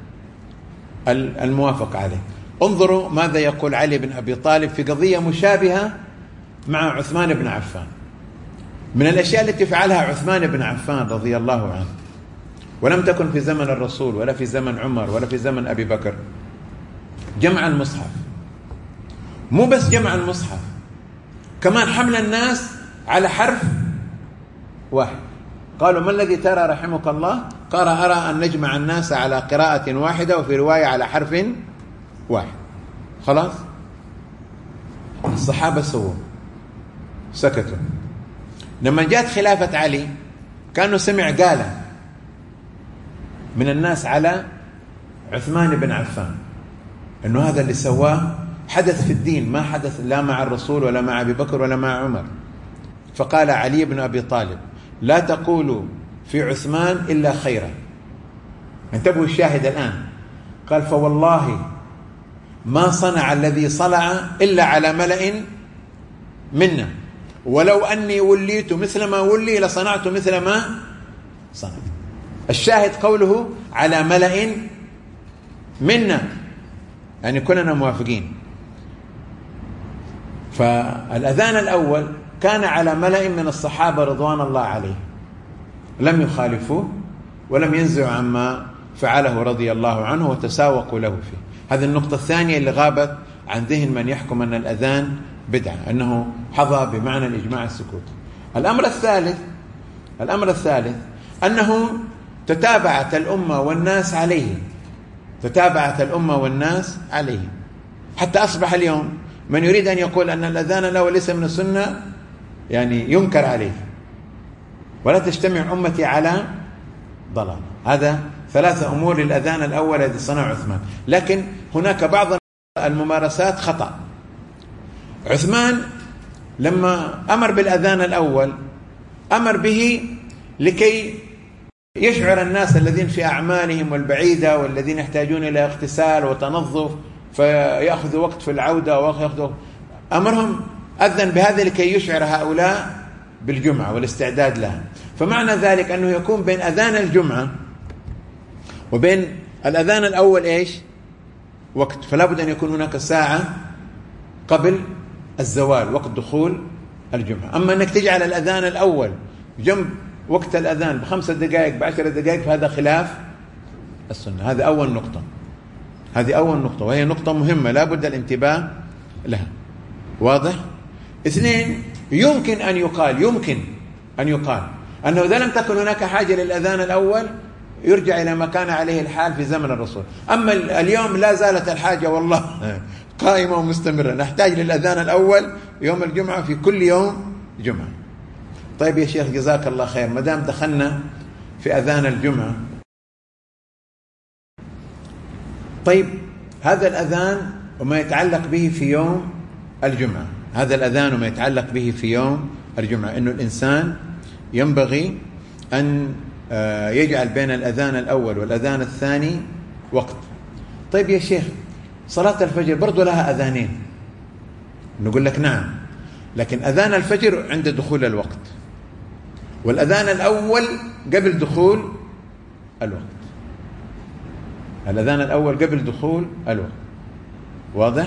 الموافق عليه. انظروا ماذا يقول علي بن أبي طالب في قضية مشابهة مع عثمان بن عفان. من الأشياء التي فعلها عثمان بن عفان رضي الله عنه ولم تكن في زمن الرسول ولا في زمن عمر ولا في زمن أبي بكر، جمع المصحف. مو بس جمع المصحف، كمان حمل الناس على حرف واحد. قالوا: ما الذي ترى رحمك الله؟ قال: أرى أن نجمع الناس على قراءة واحدة، وفي رواية على حرف واحد. خلاص الصحابة سووا سكتوا. لما جاءت خلافة علي كانوا سمع قالة من الناس على عثمان بن عفان أنه هذا اللي سواه حدث في الدين، ما حدث لا مع الرسول ولا مع أبي بكر ولا مع عمر. فقال علي بن أبي طالب: لا تقولوا في عثمان إلا خيرا. انتبهوا الشاهد الآن. قال: فوالله ما صنع الذي صنع إلا على ملأ منا، ولو أني وليت مثل ما ولي لصنعت مثل ما صنعت. الشاهد قوله على ملأ منا، يعني كلنا موافقين. فالأذان الأول كان على ملأ من الصحابة رضوان الله عليه، لم يخالفوه ولم ينزعوا عما فعله رضي الله عنه وتساوقوا له فيه. هذه النقطة الثانية اللي غابت عن ذهن من يحكم أن الأذان بدعة، أنه حظى بمعنى الإجماع السكوتي. الأمر الثالث الأمر الثالث أنه تتابعت الأمة والناس عليه، تتابعت الأمة والناس عليه حتى أصبح اليوم من يريد أن يقول أن الأذان الأول ليس من السنة يعني ينكر عليه. ولا تجتمع أمتي على ضلال. هذا ثلاثة أمور للأذان الأول الذي صنع عثمان. لكن هناك بعض الممارسات خطأ. عثمان لما أمر بالأذان الأول أمر به لكي يشعر الناس الذين في أعمالهم والبعيدة والذين يحتاجون إلى اغتسال وتنظف فيأخذ وقت في العودة ويأخذ أمرهم، أذن بهذا لكي يشعر هؤلاء بالجمعة والاستعداد لها. فمعنى ذلك أنه يكون بين أذان الجمعة وبين الأذان الأول إيش؟ وقت. فلا بد أن يكون هناك ساعة قبل الزوال، وقت دخول الجمعة. أما أنك تجعل الأذان الأول جنب وقت الأذان بخمسة دقائق بعشرة دقائق فهذا خلاف السنة. هذا أول نقطة هذه أول نقطة وهي نقطة مهمة لا بد الانتباه لها. واضح؟ اثنين، يمكن أن يقال يمكن أن يقال أنه إذا لم تكن هناك حاجة للأذان الأول يرجع إلى ما كان عليه الحال في زمن الرسول. أما اليوم لا زالت الحاجة والله قائمة ومستمرة، نحتاج للأذان الأول يوم الجمعة في كل يوم جمعة. طيب يا شيخ جزاك الله خير، ما دام دخلنا في أذان الجمعة، طيب هذا الأذان وما يتعلق به في يوم الجمعة. هذا الأذان وما يتعلق به في يوم الجمعة، أنه الإنسان ينبغي أن يجعل بين الأذان الأول والأذان الثاني وقت. طيب يا شيخ، صلاة الفجر برضو لها أذانين. نقول لك نعم، لكن أذان الفجر عند دخول الوقت، والأذان الأول قبل دخول الوقت. الأذان الأول قبل دخول الوقت، واضح؟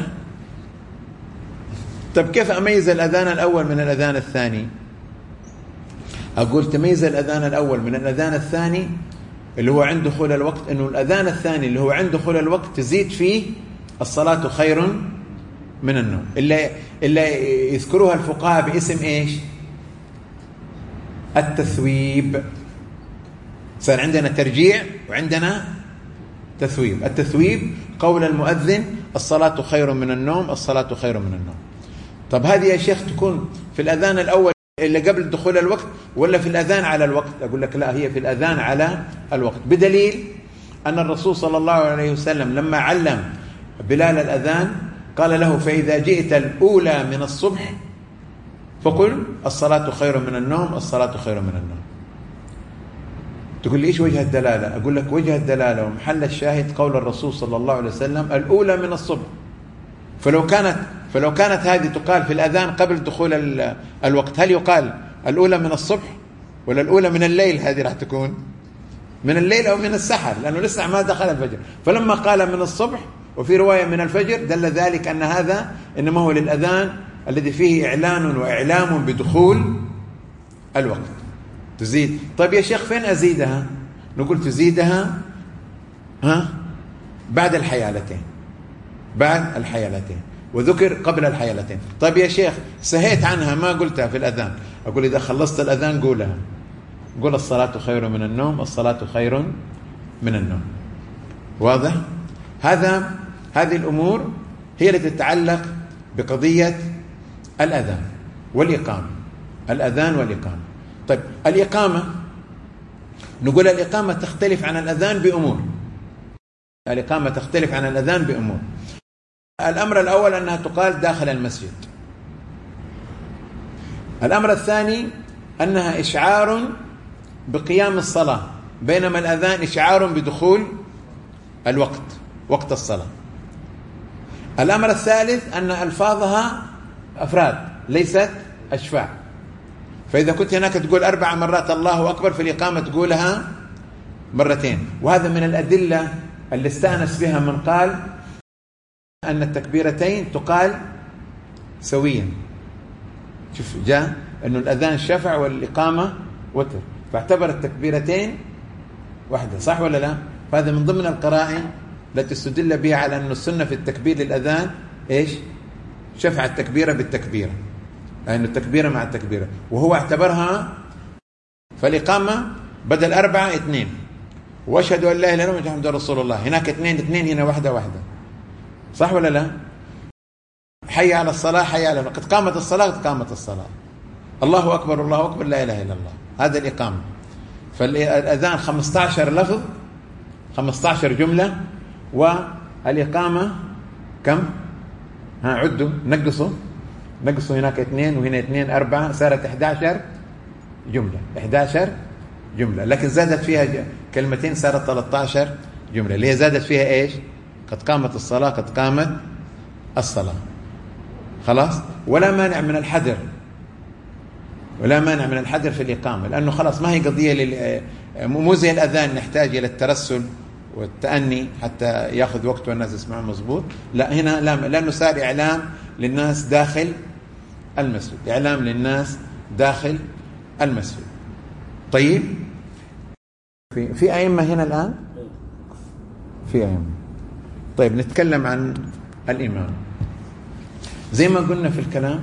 طيب كيف أميز الأذان الأول من الأذان الثاني؟ أقول تميز الأذان الأول من الأذان الثاني اللي هو عند دخول الوقت، إنه الأذان الثاني اللي هو عند دخول الوقت تزيد فيه الصلاة خير من النوم، إلا إلا يذكروها الفقهاء باسم إيش؟ التثويب. صار عندنا ترجيع وعندنا تثويب. التثويب قول المؤذن الصلاة خير من النوم، الصلاة خير من النوم. طب هذه يا شيخ تكون في الأذان الأول اللي قبل دخول الوقت ولا في الأذان على الوقت؟ أقول لك لا، هي في الأذان على الوقت، بدليل أن الرسول صلى الله عليه وسلم لما علم بلال الأذان قال له فإذا جئت الأولى من الصبح فقل الصلاة خير من النوم، الصلاة خير من النوم. تقول لي إيش وجه الدلالة؟ أقول لك وجه الدلالة ومحل الشاهد قول الرسول صلى الله عليه وسلم الأولى من الصبح. فلو كانت فلو كانت هذه تقال في الأذان قبل دخول الوقت، هل يقال الأولى من الصبح ولا الأولى من الليل؟ هذه راح تكون من الليل أو من السحر، لأنه لسه ما دخل الفجر. فلما قال من الصبح وفي رواية من الفجر دل ذلك أن هذا إنما هو للأذان الذي فيه إعلان وإعلام بدخول الوقت. تزيد. طيب يا شيخ فين أزيدها؟ نقول تزيدها ها بعد الحيالتين، بعد الحيالتين، وذكر قبل الحيالتين. طيب يا شيخ سهيت عنها ما قلتها في الأذان، أقول إذا خلصت الأذان قولها، قول الصلاة خير من النوم، الصلاة خير من النوم. واضح؟ هذا هذه الأمور هي التي تتعلق بقضية الأذان والإقامة. الأذان والإقامة. طيب الإقامة، نقول الإقامة تختلف عن الأذان بأمور. الإقامة تختلف عن الأذان بأمور. الأمر الأول أنها تقال داخل المسجد. الأمر الثاني أنها إشعار بقيام الصلاة، بينما الأذان إشعار بدخول الوقت، وقت الصلاة. الأمر الثالث أن ألفاظها أفراد ليست أشفاع، فإذا كنت هناك تقول أربع مرات الله أكبر، في الإقامة تقولها مرتين. وهذا من الأدلة اللي استأنس بها من قال أن التكبيرتين تقال سويا. شوف جاء أنه الأذان شفع والإقامة وتر، فاعتبر التكبيرتين واحدة، صح ولا لا؟ فهذا من ضمن القرائن التي استدل بها على أن السنة في التكبير للأذان إيش؟ شفع التكبيرة بالتكبيرة، لأن يعني التكبيرة مع التكبيرة، وهو اعتبرها. فالإقامة بدل أربعة اثنين، وأشهد أن لا إله إلا الله محمد رسول الله، هناك اثنين اثنين، هنا واحدة واحدة، صح ولا لا؟ حي على الصلاة، حي على، قد قامت الصلاة، قد قامت الصلاة، الله أكبر الله أكبر لا إله إلا الله. هذا الإقامة. فالأذان خمسة عشر لفظ، خمسة عشر جملة، والإقامة كم؟ ها عدوا، نقصوا نقصوا هناك اثنين وهنا اثنين، أربعة، صارت إحدى عشر جملة، إحدى عشر جملة، لكن زادت فيها كلمتين صارت ثلاثة عشر جملة، اللي هي زادت فيها إيش؟ قد قامت الصلاة، قد قامت الصلاة. خلاص؟ ولا مانع من الحذر، ولا مانع من الحذر في الإقامة، لأنه خلاص ما هي قضية لل... مو زي الأذان نحتاج إلى الترسل والتأني حتى يأخذ وقت والناس يسمعون مظبوط. لا، هنا لا، لأنه صار إعلام للناس داخل المسجد، إعلام للناس داخل المسجد. طيب في, في أئمة هنا الآن؟ في أئمة. طيب نتكلم عن الإمام. زي ما قلنا في الكلام،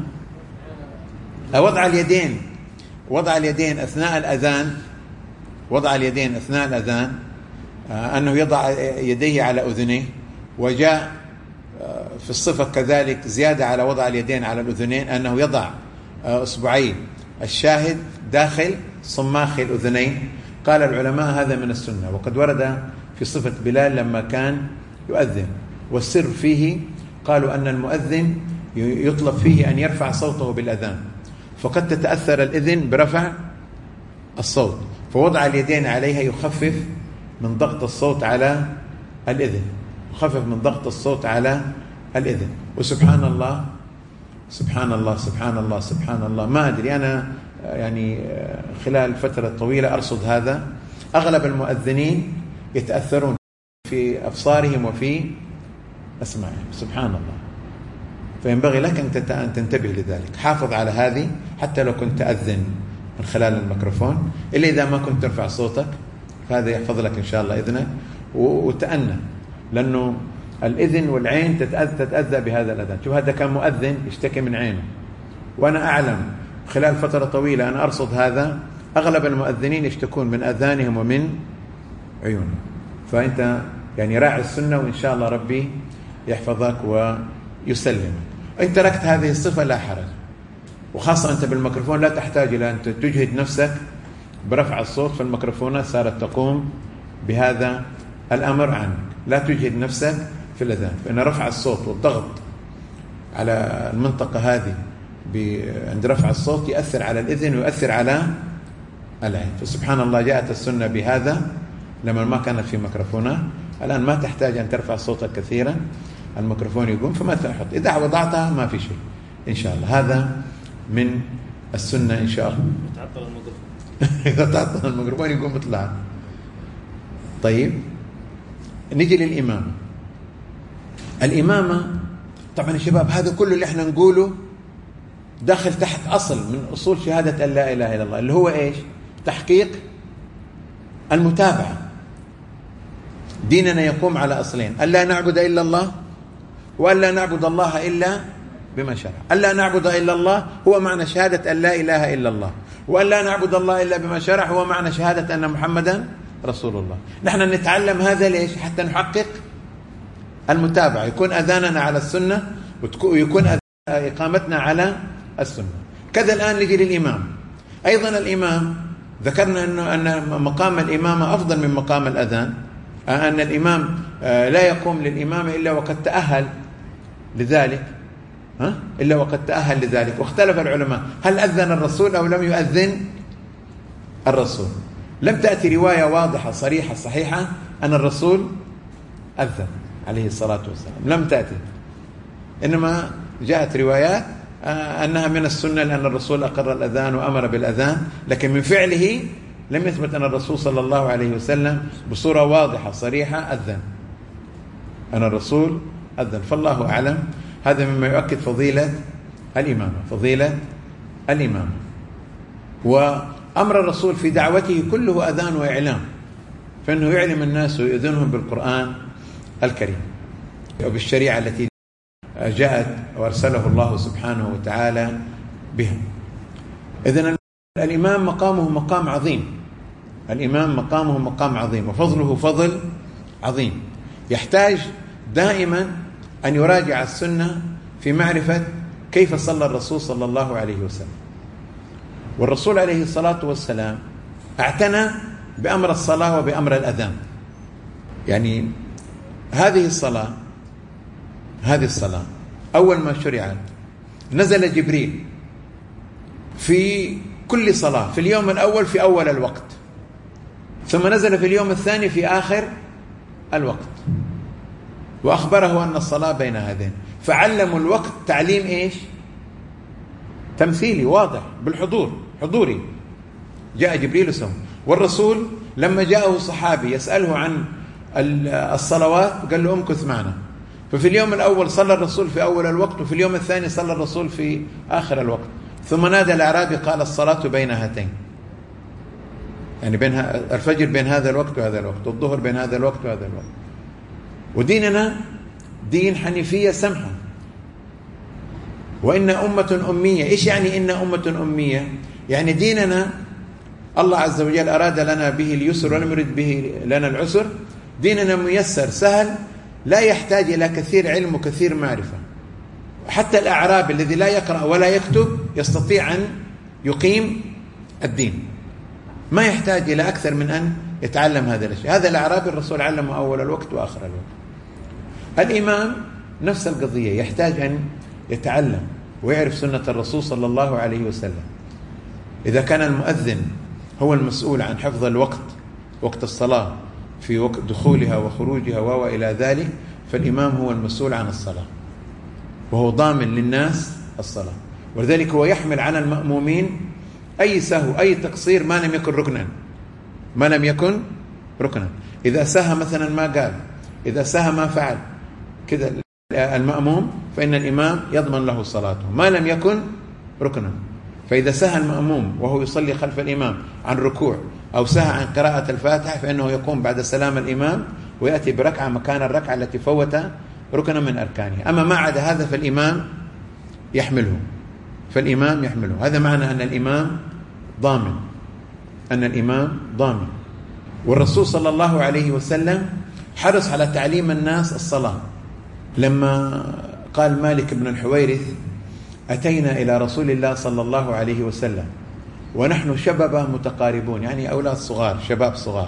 وضع اليدين وضع اليدين أثناء الأذان وضع اليدين أثناء الأذان أنه يضع يديه على أذنيه، وجاء في الصفة كذلك زيادة على وضع اليدين على الأذنين أنه يضع أصبعي الشاهد داخل صماخ الأذنين. قال العلماء هذا من السنة، وقد ورد في صفة بلال لما كان يؤذن، والسر فيه قالوا أن المؤذن يطلب فيه أن يرفع صوته بالأذان، فقد تتأثر الإذن برفع الصوت، فوضع اليدين عليها يخفف من ضغط الصوت على الإذن، يخفف من ضغط الصوت على الإذن. وسبحان الله سبحان الله سبحان الله سبحان الله، ما أدري أنا يعني خلال فترة طويلة أرصد هذا، أغلب المؤذنين يتأثرون في أبصارهم وفي أسماعهم، سبحان الله. فينبغي لك أن تنتبه لذلك، حافظ على هذه حتى لو كنت تأذن من خلال الميكروفون، إلا إذا ما كنت ترفع صوتك، فهذا يحفظ لك إن شاء الله إذنك. وتأنى، لأنه الإذن والعين تتأذى بهذا الأذان. شوف هذا كان مؤذن يشتكي من عينه، وأنا أعلم خلال فترة طويلة أنا أرصد هذا، أغلب المؤذنين يشتكون من أذانهم ومن عيونهم. فأنت يعني راعي السنة، وإن شاء الله ربي يحفظك ويسلمك. إن تركت هذه الصفة لا حرج، وخاصة أنت بالميكروفون لا تحتاج إلى أن تجهد نفسك برفع الصوت، فالميكروفونات صارت تقوم بهذا الأمر عنك، لا تجهد نفسك في الأذان، فإن رفع الصوت والضغط على المنطقة هذه عند رفع الصوت يؤثر على الإذن ويؤثر على العين. فسبحان الله جاءت السنة بهذا لما ما كانت في ميكروفونات. الآن ما تحتاج أن ترفع صوتك كثيرا، الميكروفون يقوم فما تحط، إذا وضعتها ما في شيء إن شاء الله. هذا من السنة إن شاء الله. تعطل الميكروفون إذا تعطل الميكروفون يقوم يطلع. طيب نجي للإمامة. الإمامة طبعا يا شباب هذا كله اللي احنا نقوله داخل تحت أصل من أصول شهادة أن لا إله إلا الله، اللي هو إيش؟ تحقيق المتابعة. ديننا يقوم على أصلين: ألا نعبد إلا الله، وألا نعبد الله إلا بما شرع. ألا نعبد إلا الله هو معنى شهادة أن لا إله إلا الله، وألا نعبد الله إلا بما شرع هو معنى شهادة أن محمدا رسول الله. نحن نتعلم هذا ليش؟ حتى نحقق المتابعة، يكون أذاننا على السنة ويكون إقامتنا على السنة. كذا الآن نجي للإمام. أيضا الإمام ذكرنا أنه أن مقام الإمامة أفضل من مقام الأذان، أن الإمام لا يقوم للإمامة إلا وقد تأهل لذلك، ها؟ إلا وقد تأهل لذلك. واختلف العلماء هل أذن الرسول أو لم يؤذن الرسول. لم تأتي رواية واضحة صريحة صحيحة أن الرسول أذن عليه الصلاة والسلام، لم تأتي، إنما جاءت روايات أنها من السنة لأن الرسول أقر الأذان وأمر بالأذان، لكن من فعله لم يثبت أن الرسول صلى الله عليه وسلم بصورة واضحة صريحة أذن، أن الرسول أذن. فالله أعلم. هذا مما يؤكد فضيلة الإمامة، فضيلة الإمامة. وأمر الرسول في دعوته كله أذان وإعلام، فإنه يعلم الناس ويؤذنهم بالقرآن الكريم وبالشريعة التي جاءت وأرسله الله سبحانه وتعالى بها. إذن الإمام مقامه مقام عظيم، الإمام مقامه مقام عظيم، وفضله فضل عظيم. يحتاج دائما أن يراجع السنة في معرفة كيف صلى الرسول صلى الله عليه وسلم. والرسول عليه الصلاة والسلام اعتنى بأمر الصلاة وبأمر الأذان. يعني هذه الصلاة هذه الصلاة أول ما شرعت نزل جبريل في كل صلاة في اليوم الأول في أول الوقت، ثم نزل في اليوم الثاني في آخر الوقت، وأخبره أن الصلاة بين هذين. فعلموا الوقت تعليم إيش؟ تمثيلي واضح بالحضور، حضوري. جاء جبريل وسمع. والرسول لما جاءه صحابي يسأله عن الصلوات قال له امكث معنا. ففي اليوم الأول صلى الرسول في أول الوقت، وفي اليوم الثاني صلى الرسول في آخر الوقت. ثم نادى الأعرابي قال الصلاة بين هاتين، يعني بين الفجر بين هذا الوقت وهذا الوقت، والظهر بين هذا الوقت وهذا الوقت. وديننا دين حنيفية سمحة. وإن أمة أمية. إيش يعني إن أمة أمية؟ يعني ديننا الله عز وجل أراد لنا به اليسر ولم يرد به لنا العسر. ديننا ميسر سهل، لا يحتاج إلى كثير علم وكثير معرفة. حتى الأعراب الذي لا يقرأ ولا يكتب يستطيع أن يقيم الدين، ما يحتاج إلى أكثر من أن يتعلم هذا الشيء. هذا الأعرابي الرسول علمه أول الوقت وآخر الوقت. الإمام نفس القضية، يحتاج أن يتعلم ويعرف سنة الرسول صلى الله عليه وسلم. إذا كان المؤذن هو المسؤول عن حفظ الوقت، وقت الصلاة في وقت دخولها وخروجها وإلى ذلك، فالإمام هو المسؤول عن الصلاة وهو ضامن للناس الصلاة. ولذلك هو يحمل على المأمومين أي سهو أي تقصير ما لم يكن ركنا ما لم يكن ركنا إذا سهى مثلا ما قال، إذا سهى ما فعل كذا المأموم، فإن الإمام يضمن له صلاته ما لم يكن ركنا. فإذا سهى المأموم وهو يصلي خلف الإمام عن ركوع أو سهى عن قراءة الفاتحة، فإنه يقوم بعد سلام الإمام ويأتي بركعة مكان الركعة التي فوت ركنا من أركانها. أما ما عدا هذا فالإمام يحمله فالإمام يحمله هذا معنى أن الإمام ضامن أن الإمام ضامن. والرسول صلى الله عليه وسلم حرص على تعليم الناس الصلاة. لما قال مالك بن الحويرث: أتينا إلى رسول الله صلى الله عليه وسلم ونحن شباب متقاربون، يعني أولاد صغار شباب صغار،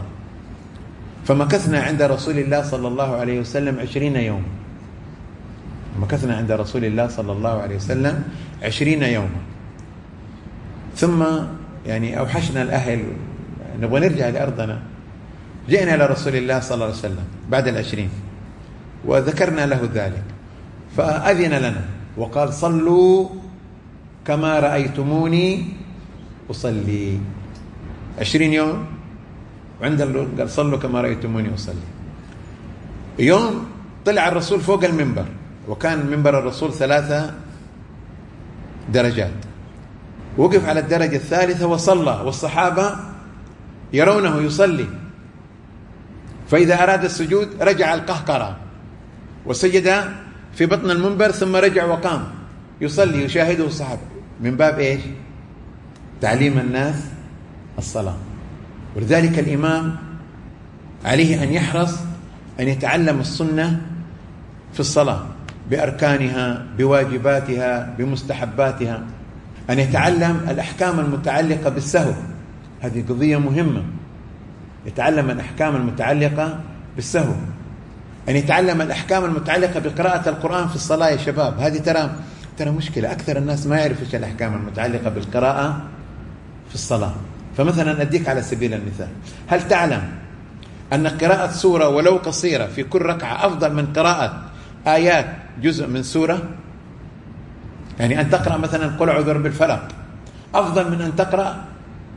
فمكثنا عند رسول الله صلى الله عليه وسلم عشرين يوما مكثنا عند رسول الله صلى الله عليه وسلم عشرين يوما ثم يعني أوحشنا الأهل نبغى نرجع لأرضنا، جئنا إلى رسول الله صلى الله عليه وسلم بعد العشرين وذكرنا له ذلك، فأذن لنا وقال: صلوا كما رأيتموني أصلي. عشرين يوم وعند قال: صلوا كما رأيتموني أصلي. يوم طلع الرسول فوق المنبر، وكان منبر الرسول ثلاثة درجات، وقف على الدرجة الثالثة وصلى، والصحابة يرونه يصلي، فإذا أراد السجود رجع القهقرة وسجد في بطن المنبر ثم رجع وقام يصلي يشاهده الصحابة، من باب إيش؟ تعليم الناس الصلاة. ولذلك الإمام عليه أن يحرص أن يتعلم السنة في الصلاة بأركانها بواجباتها بمستحباتها، أن يتعلم الأحكام المتعلقة بالسهو، هذه قضية مهمة، يتعلم الأحكام المتعلقة بالسهو، أن يتعلم الأحكام المتعلقة بقراءة القرآن في الصلاة. يا شباب هذه ترى ترى مشكلة، أكثر الناس ما يعرف إيش الأحكام المتعلقة بالقراءة في الصلاة. فمثلا أديك على سبيل المثال، هل تعلم أن قراءة سورة ولو قصيرة في كل ركعة أفضل من قراءة آيات جزء من سورة؟ يعني أن تقرأ مثلا قل أعوذ بالفلق أفضل من أن تقرأ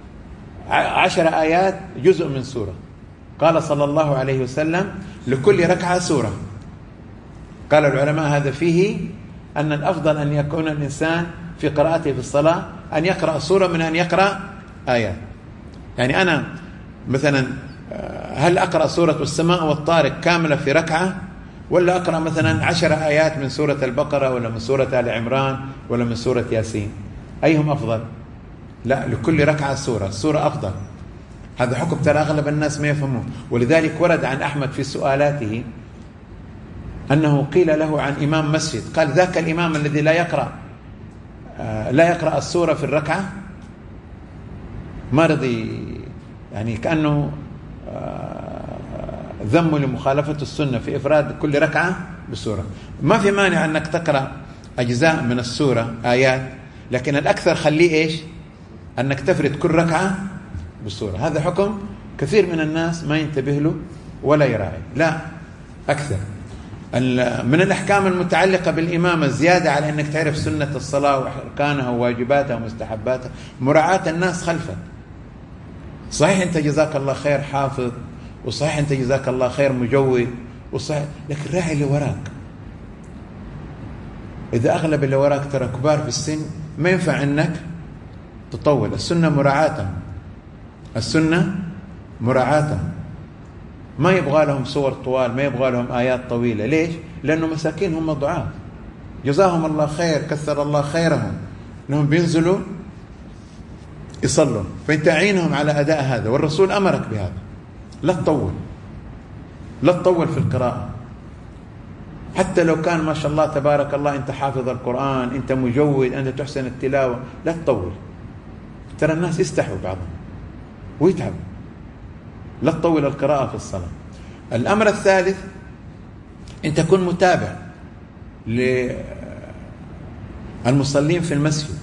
عشر آيات جزء من سورة. قال صلى الله عليه وسلم: لكل ركعة سورة. قال العلماء هذا فيه أن الأفضل أن يكون الإنسان في قراءته في الصلاة أن يقرأ سورة من أن يقرأ آيات. يعني أنا مثلا هل أقرأ سورة السماء والطارق كاملة في ركعة، ولا أقرأ مثلا عشر آيات من سورة البقرة ولا من سورة آل عمران ولا من سورة ياسين؟ أيهم أفضل؟ لا، لكل ركعة سورة، السورة أفضل. هذا حكم ترى أغلب الناس ما يفهمون. ولذلك ورد عن أحمد في سؤالاته أنه قيل له عن إمام مسجد، قال: ذاك الإمام الذي لا يقرأ لا يقرأ السورة في الركعة، ما رضي، يعني كأنه ذم لمخالفة السنة في إفراد كل ركعة بسورة. ما في مانع أنك تقرأ أجزاء من السورة آيات، لكن الأكثر خليه إيش؟ أنك تفرد كل ركعة بالسورة. هذا حكم كثير من الناس ما ينتبه له ولا يراعي. لا، أكثر من الأحكام المتعلقة بالإمامة زيادة على أنك تعرف سنة الصلاة وأركانها وواجباتها ومستحباتها، مراعاة الناس خلفك. صحيح أنت جزاك الله خير حافظ، وصحيح أنت جزاك الله خير مجود، وصحيح، لكن راعي اللي وراك. إذا أغلب اللي وراك ترى كبار في السن ما ينفع أنك تطول. السنة مراعاة، السنة مراعاة، ما يبغى لهم صور طوال، ما يبغى لهم آيات طويلة. ليش؟ لأنه مساكين هم ضعاف، جزاهم الله خير، كثر الله خيرهم، أنهم بينزلوا يصلوا، فأنت أعينهم على أداء هذا. والرسول أمرك بهذا، لا تطول، لا تطول في القراءة، حتى لو كان ما شاء الله تبارك الله أنت حافظ القرآن، أنت مجود، أنت تحسن التلاوة، لا تطول. ترى الناس يستحوا بعضهم ويتعب. لا تطول القراءة في الصلاة. الأمر الثالث، أن تكون متابع المصلين في المسجد.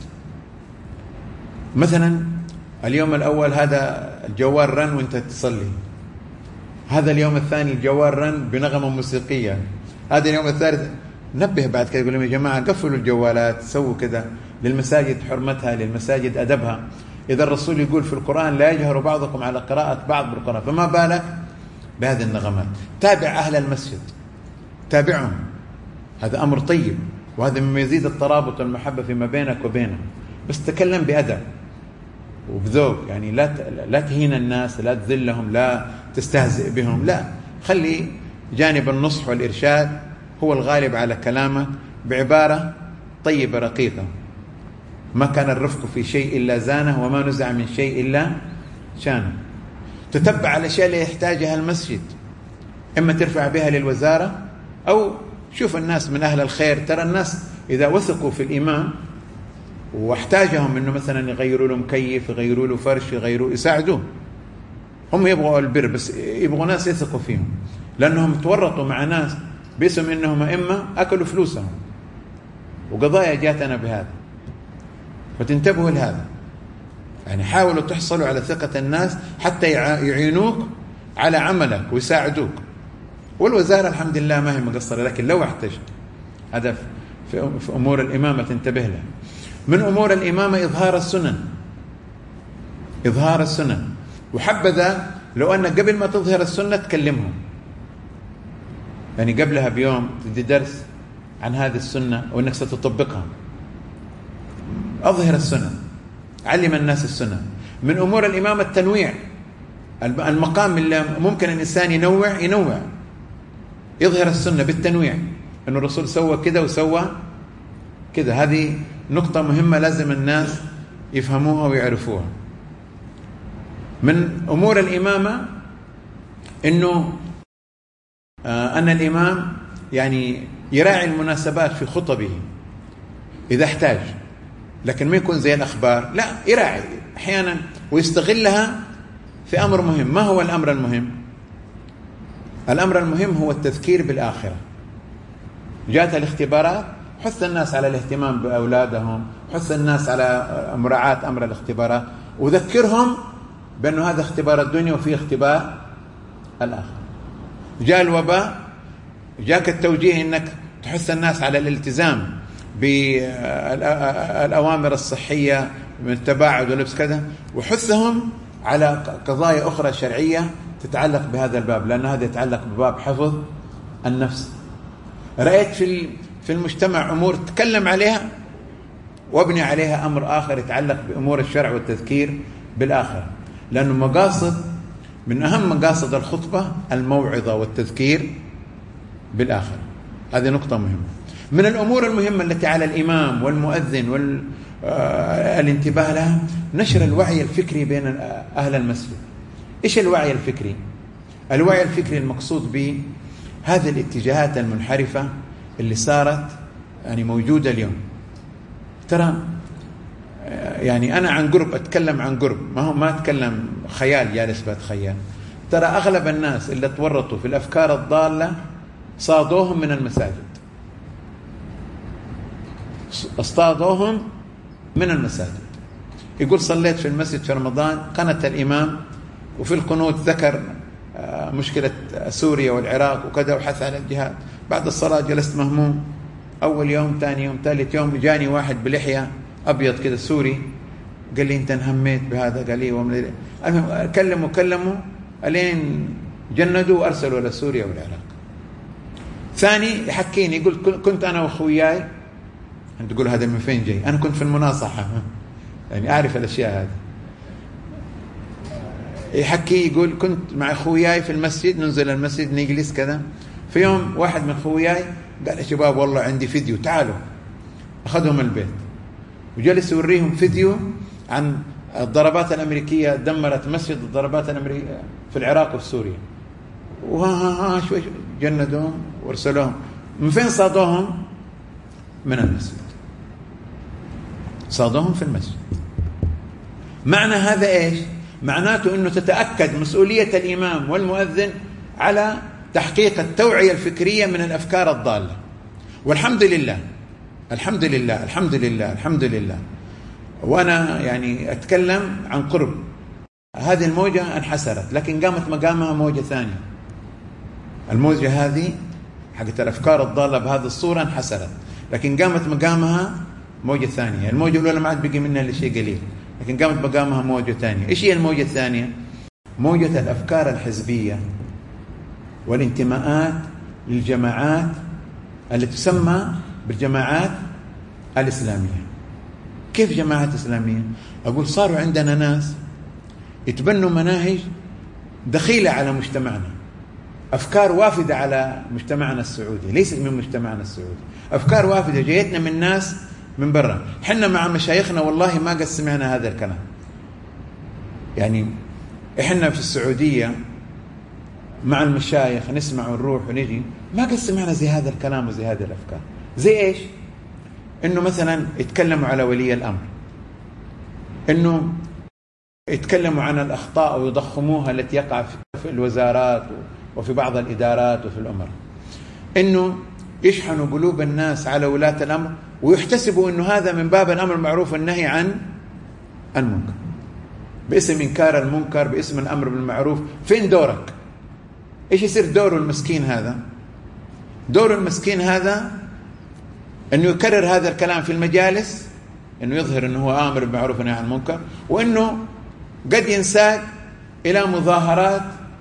مثلا اليوم الأول هذا الجوال رن وانت تصلي، هذا اليوم الثاني الجوال رن بنغمة موسيقية، هذا اليوم الثالث نبه بعد كده يقول لهم يا جماعة قفلوا الجوالات، سووا كده، للمساجد حرمتها، للمساجد أدبها. إذا الرسول يقول في القرآن لا يجهر بعضكم على قراءة بعض بالقرآن، فما بالك بهذه النغمات. تابع أهل المسجد، تابعهم، هذا أمر طيب، وهذا مما يزيد الترابط والمحبة فيما بينك وبينهم. بس تكلم بأدب وبذوق، يعني لا لا تهين الناس، لا تذلهم، لا تستهزئ بهم، لا، خلي جانب النصح والإرشاد هو الغالب على كلامك بعبارة طيبة رقيقة. ما كان الرفق في شيء إلا زانه، وما نزع من شيء إلا شانه. تتبع الأشياء اللي يحتاجها المسجد، إما ترفع بها للوزارة، أو شوف الناس من أهل الخير. ترى الناس إذا وثقوا في الإمام واحتاجهم إنه مثلا يغيروا له مكيف، يغيروا له فرش، يغيروا، يساعدوه. هم يبغوا البر، بس يبغوا ناس يثقوا فيهم، لأنهم تورطوا مع ناس باسم إنهم أئمة أكلوا فلوسهم، وقضايا جاتنا بهذا. فتنتبهوا لهذا، يعني حاولوا تحصلوا على ثقة الناس حتى يعينوك على عملك ويساعدوك. والوزارة الحمد لله ما هي مقصرة، لكن لو احتجت، هذا في أمور الإمامة تنتبه له. من أمور الإمامة إظهار السنن، إظهار السنن. وحبذا لو أنك قبل ما تظهر السنة تكلمهم، يعني قبلها بيوم تدي درس عن هذه السنة وأنك ستطبقها. أظهر السنة، علم الناس السنة. من أمور الإمامة التنويع، المقام اللي ممكن الإنسان ينوع ينوع، يظهر السنة بالتنويع، أن الرسول سوى كده وسوى كده. هذه نقطة مهمة لازم الناس يفهموها ويعرفوها. من أمور الإمامة أنه آه أن الإمام يعني يراعي المناسبات في خطبه إذا احتاج، لكن ما يكون زي الأخبار، لا، يراعي أحيانا ويستغلها في أمر مهم. ما هو الأمر المهم؟ الأمر المهم هو التذكير بالآخرة. جاءت الاختبارات، حث الناس على الاهتمام بأولادهم، حث الناس على مراعاة أمر الاختبارات، وذكرهم بأنه هذا اختبار الدنيا وفي اختبار الآخرة. جاء الوباء، جاءك التوجيه أنك تحث الناس على الالتزام بالأوامر الصحية من التباعد ولبس كذا، وحثهم على قضايا أخرى شرعية تتعلق بهذا الباب، لأن هذا يتعلق بباب حفظ النفس. رأيت في في المجتمع أمور تكلم عليها وابني عليها أمر آخر يتعلق بأمور الشرع والتذكير بالآخرة، لأنه مقاصد من أهم مقاصد الخطبة الموعظة والتذكير بالآخرة. هذه نقطة مهمة. من الأمور المهمة التي على الإمام والمؤذن والانتباه لها نشر الوعي الفكري بين أهل المسجد. إيش الوعي الفكري؟ الوعي الفكري المقصود به هذه الاتجاهات المنحرفة اللي صارت يعني موجودة اليوم. ترى يعني أنا عن قرب أتكلم عن قرب، ما هو ما أتكلم خيال جالس بتخيل. ترى أغلب الناس اللي تورطوا في الأفكار الضالة صادوهم من المساجد، اصطادوهم من المساجد. يقول صليت في المسجد في رمضان، قنت الإمام وفي القنوت ذكر مشكلة سوريا والعراق وكذا وحث على الجهاد. بعد الصلاة جلست مهموم، أول يوم ثاني يوم ثالث يوم جاني واحد بلحية أبيض كذا سوري، قال لي أنت انهميت بهذا، قال لي ومن المهم كلموا كلموا ألين جندوا وأرسلوا لسوريا والعراق. ثاني يحكيني يقول كنت أنا وأخوياي، أنت تقول هذا من فين جاي؟ أنا كنت في المناصحة، يعني أعرف الأشياء هذه. يحكي يقول كنت مع أخوياي في المسجد، ننزل المسجد نجلس كذا. في يوم واحد من أخوياي قال يا شباب والله عندي فيديو، تعالوا. أخذهم البيت وجلس يوريهم فيديو عن الضربات الأمريكية دمرت مسجد الضربات الأمريكية في العراق وفي سوريا، وها شوي جندوهم وارسلوهم. من فين صادوهم؟ من المسجد، صادوهم في المسجد. معنى هذا إيش؟ معناته أنه تتأكد مسؤولية الإمام والمؤذن على تحقيق التوعية الفكرية من الأفكار الضالة. والحمد لله الحمد لله الحمد لله الحمد لله. وأنا يعني أتكلم عن قرب، هذه الموجة انحسرت، لكن قامت مقامها موجة ثانية. الموجة هذه حقت الأفكار الضالة بهذه الصورة انحسرت، لكن قامت مقامها موجة ثانية. الموجة الأولى ما عاد بقي منها إلا شيء قليل، لكن قامت مقامها موجة ثانية. إيش هي الموجة الثانية؟ موجة الأفكار الحزبية والانتماءات للجماعات التي تسمى بالجماعات الإسلامية. كيف جماعات إسلامية؟ أقول صاروا عندنا ناس يتبنوا مناهج دخيلة على مجتمعنا، أفكار وافدة على مجتمعنا السعودي، ليست من مجتمعنا السعودي، أفكار وافدة جايتنا من ناس من برا. حنا مع مشايخنا والله ما قد سمعنا هذا الكلام. يعني إحنا في السعودية مع المشايخ نسمع ونروح ونجي، ما قد سمعنا زي هذا الكلام وزي هذه الأفكار. زي إيش؟ إنه مثلا يتكلموا على ولي الأمر، إنه يتكلموا عن الأخطاء ويضخموها التي يقع في الوزارات وفي بعض الإدارات وفي الأمر، إنه يشحنوا قلوب الناس على ولاة الأمر ويحتسبوا إنه هذا من باب الأمر المعروف والنهي عن المنكر، باسم إنكار المنكر، باسم الأمر بالمعروف. فين دورك؟ إيش يصير دور المسكين هذا؟ دور المسكين هذا إنه يكرر هذا الكلام في المجالس، إنه يظهر إنه هو آمر بالمعروف والنهي عن المنكر، وإنه قد ينساق إلى مظاهرات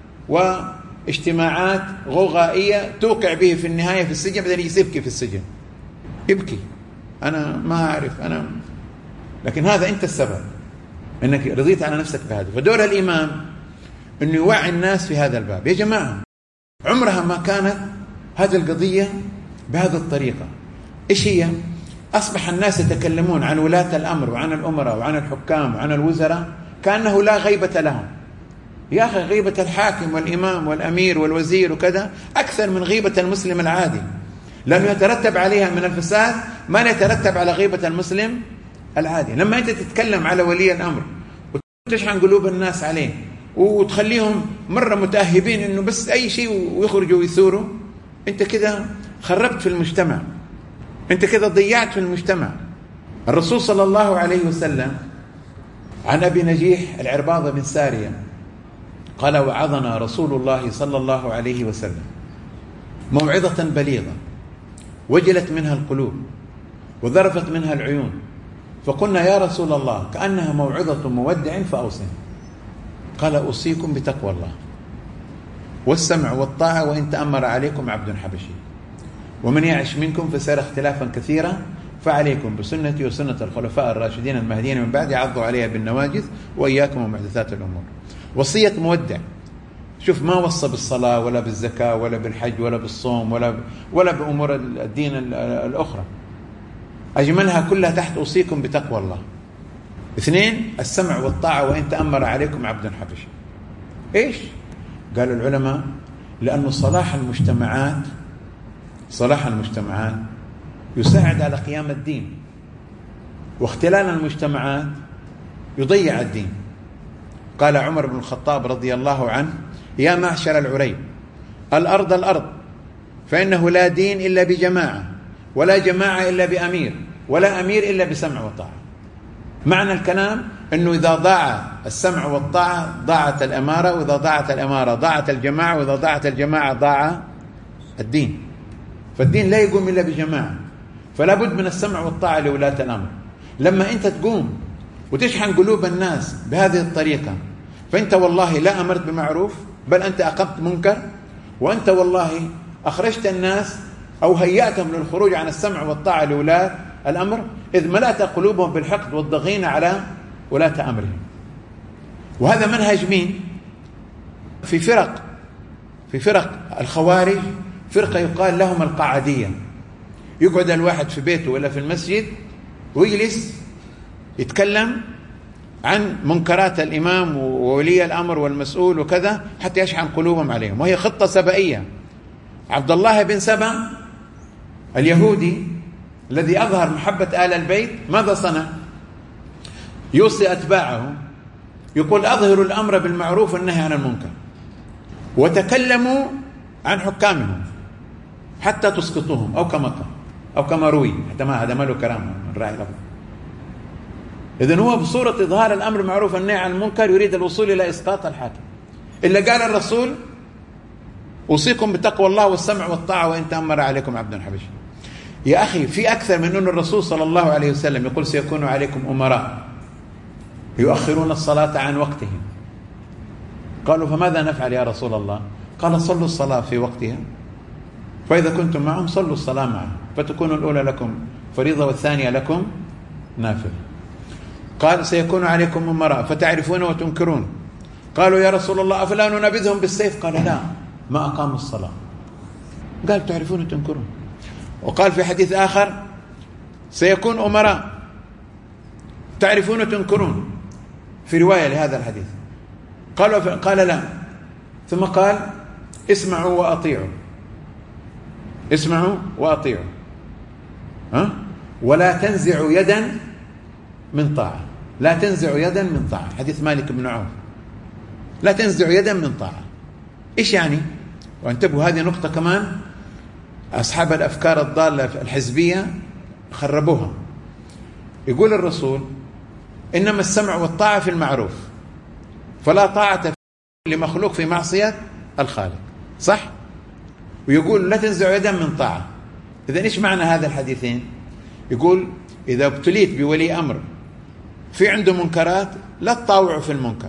واجتماعات غوغائية توقع به في النهاية في السجن، بدل يبكي في السجن، يبكي. أنا ما أعرف أنا، لكن هذا أنت السبب أنك رضيت على نفسك بهذا. فدور الإمام أنه يوعي الناس في هذا الباب. يا جماعة، عمرها ما كانت هذه القضية بهذه الطريقة. إيش هي؟ أصبح الناس يتكلمون عن ولاة الأمر وعن الأمراء وعن الحكام وعن الوزراء كأنه لا غيبة لهم. يا أخي، غيبة الحاكم والإمام والأمير والوزير وكذا أكثر من غيبة المسلم العادي، لأنه يترتب عليها من الفساد ما لا يترتب على غيبة المسلم العادي. لما أنت تتكلم على ولي الأمر وتشحن قلوب الناس عليه وتخليهم مرة متأهبين إنه بس أي شيء ويخرجوا ويثوروا، أنت كذا خربت في المجتمع، أنت كذا ضيعت في المجتمع. الرسول صلى الله عليه وسلم عن أبي نجيح العرباض بن سارية قال: وعظنا رسول الله صلى الله عليه وسلم موعظة بليغة وجلت منها القلوب وذرفت منها العيون، فقلنا يا رسول الله كأنها موعظة مودع فأوصنا. قال: أوصيكم بتقوى الله والسمع والطاعة وإن تأمر عليكم عبد حبشي، ومن يعش منكم فسيرى اختلافا كثيرا، فعليكم بسنتي وسنة الخلفاء الراشدين المهديين من بعد، عضوا عليها بالنواجذ وإياكم ومحدثات الأمور. وصية مودع. شوف، ما وصى بالصلاة ولا بالزكاة ولا بالحج ولا بالصوم ولا ولا بأمور الدين الأخرى، أجملها كلها تحت أوصيكم بتقوى الله. اثنين، السمع والطاعة وإن تأمر عليكم عبد حبشي. إيش؟ قال العلماء: لأن صلاح المجتمعات صلاح المجتمعات يساعد على قيام الدين، واختلال المجتمعات يضيع الدين. قال عمر بن الخطاب رضي الله عنه: يا معشر العريب، الأرض الأرض، فإنه لا دين إلا بجماعة، ولا جماعة إلا بأمير، ولا أمير إلا بسمع وطاعة. معنى الكلام أنه إذا ضاع السمع والطاعة ضاعت الأمارة، وإذا ضاعت الأمارة ضاعت الجماعة، وإذا ضاعت الجماعة ضاع الدين. فالدين لا يقوم إلا بجماعة، فلا بد من السمع والطاعة لولاة الأمر. لما أنت تقوم وتشحن قلوب الناس بهذه الطريقة، فأنت والله لا أمرت بمعروف، بل أنت أقمت منكر، وأنت والله أخرجت الناس أو هيأتهم للخروج عن السمع والطاعة لولاة الأمر، إذ ملأت قلوبهم بالحقد والضغين على ولاة أمرهم. وهذا منهج مين؟ في فرق في فرق الخوارج فرقة يقال لهم القعدية. يقعد الواحد في بيته ولا في المسجد ويجلس يتكلم عن منكرات الإمام وولي الأمر والمسؤول وكذا حتى يشحن قلوبهم عليهم، وهي خطة سبائية. عبد الله بن سبأ اليهودي الذي أظهر محبة آل البيت ماذا صنع؟ يوصي أتباعه يقول: أظهروا الأمر بالمعروف والنهي عن المنكر، وتكلموا عن حكامهم حتى تسقطوهم، أو كما قال. أو كما روي، حتى ما هذا ما له كلام من راعي الأفضل. إذن هو بصورة إظهار الأمر معروف والنهي عن المنكر يريد الوصول إلى إسقاط الحاكم. إلا قال الرسول أوصيكم بتقوى الله والسمع والطاعة وإن تأمر عليكم عبد حبشي. يا أخي في أكثر من أن الرسول صلى الله عليه وسلم يقول سيكون عليكم أمراء يؤخرون الصلاة عن وقتهم. قالوا فماذا نفعل يا رسول الله؟ قال صلوا الصلاة في وقتها، فإذا كنتم معهم صلوا الصلاة معهم، فتكون الأولى لكم فريضة والثانية لكم نافلة. قال سيكون عليكم أمراء فتعرفون وتنكرون. قالوا يا رسول الله أفلا ننبذهم بالسيف؟ قال لا، ما أقاموا الصلاة. قال تعرفون وتنكرون. وقال في حديث آخر سيكون أمراء تعرفون وتنكرون، في رواية لهذا الحديث. قالوا قال لا، ثم قال اسمعوا وأطيعوا، اسمعوا وأطيعوا، ها؟ ولا تنزعوا يدا من طاعة، لا تنزعوا يدا من طاعة، حديث مالك بن عوف، لا تنزعوا يدا من طاعة. إيش يعني؟ وانتبهوا هذه نقطة كمان أصحاب الأفكار الضالة الحزبية خربوها. يقول الرسول إنما السمع والطاعة في المعروف، فلا طاعة لمخلوق في معصية الخالق، صح؟ ويقول لا تنزع يدا من طاعة. إذن إيش معنى هذا الحديثين؟ يقول إذا ابتليت بولي أمر في عنده منكرات لا تطاوعوا في المنكر،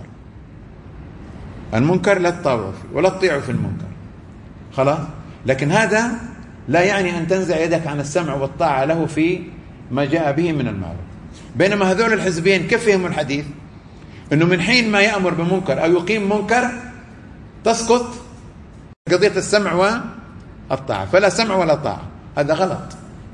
المنكر لا تطاوعوا فيه ولا تطيعوا في المنكر، خلاص. لكن هذا لا يعني أن تنزع يدك عن السمع والطاعة له في ما جاء به من المعروف. بينما هذول الحزبين كيف فهموا الحديث؟ أنه من حين ما يأمر بمنكر أو يقيم منكر تسقط قضية السمع والطاعة، فلا سمع ولا طاعة. هذا غلط.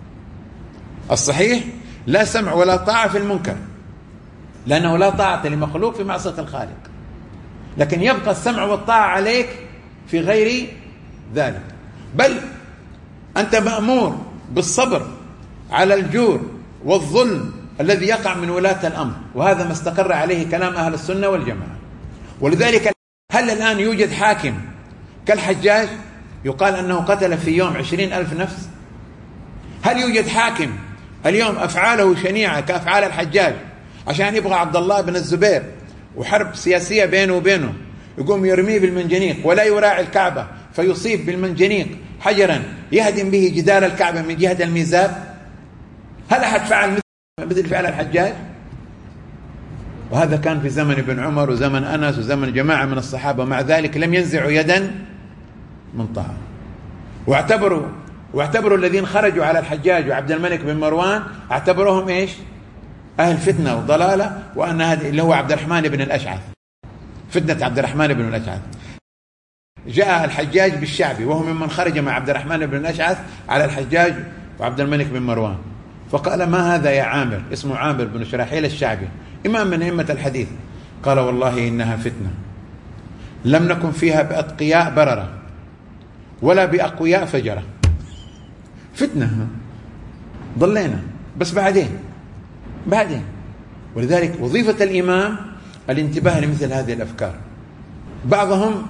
الصحيح لا سمع ولا طاعة في المنكر، لأنه لا طاعة لمخلوق في معصية الخالق، لكن يبقى السمع والطاعة عليك في غير ذلك. بل أنت مأمور بالصبر على الجور والظلم الذي يقع من ولاة الأمر، وهذا ما استقر عليه كلام أهل السنة والجماعة. ولذلك هل الآن يوجد حاكم كالحجاج يقال أنه قتل في يوم عشرين ألف نفس؟ هل يوجد حاكم اليوم أفعاله شنيعة كأفعال الحجاج عشان يبغى عبد الله بن الزبير وحرب سياسية بينه وبينه يقوم يرميه بالمنجنيق ولا يراعي الكعبة فيصيب بالمنجنيق حجرا يهدم به جدار الكعبة من جهة الميزاب؟ هل أحد فعل مثل فعل الحجاج؟ وهذا كان في زمن ابن عمر وزمن أنس وزمن جماعة من الصحابة، ومع ذلك لم ينزعوا يدا من طاعة. واعتبروا واعتبروا الذين خرجوا على الحجاج وعبد الملك بن مروان اعتبروهم ايش؟ أهل فتنة وضلالة، وأن هذا اللي هو عبد الرحمن بن الأشعث، فتنة عبد الرحمن بن الأشعث. جاء الحجاج بالشعبي وهو ممن خرج مع عبد الرحمن بن الأشعث على الحجاج وعبد الملك بن مروان، فقال ما هذا يا عامر؟ اسمه عامر بن شراحيل الشعبي، إمام من أئمة الحديث. قال والله إنها فتنة لم نكن فيها بأتقياء بررة ولا بأقوياء فجرة. فتنة ضلينا، بس بعدين بعدين ولذلك وظيفة الإمام الانتباه لمثل هذه الأفكار. بعضهم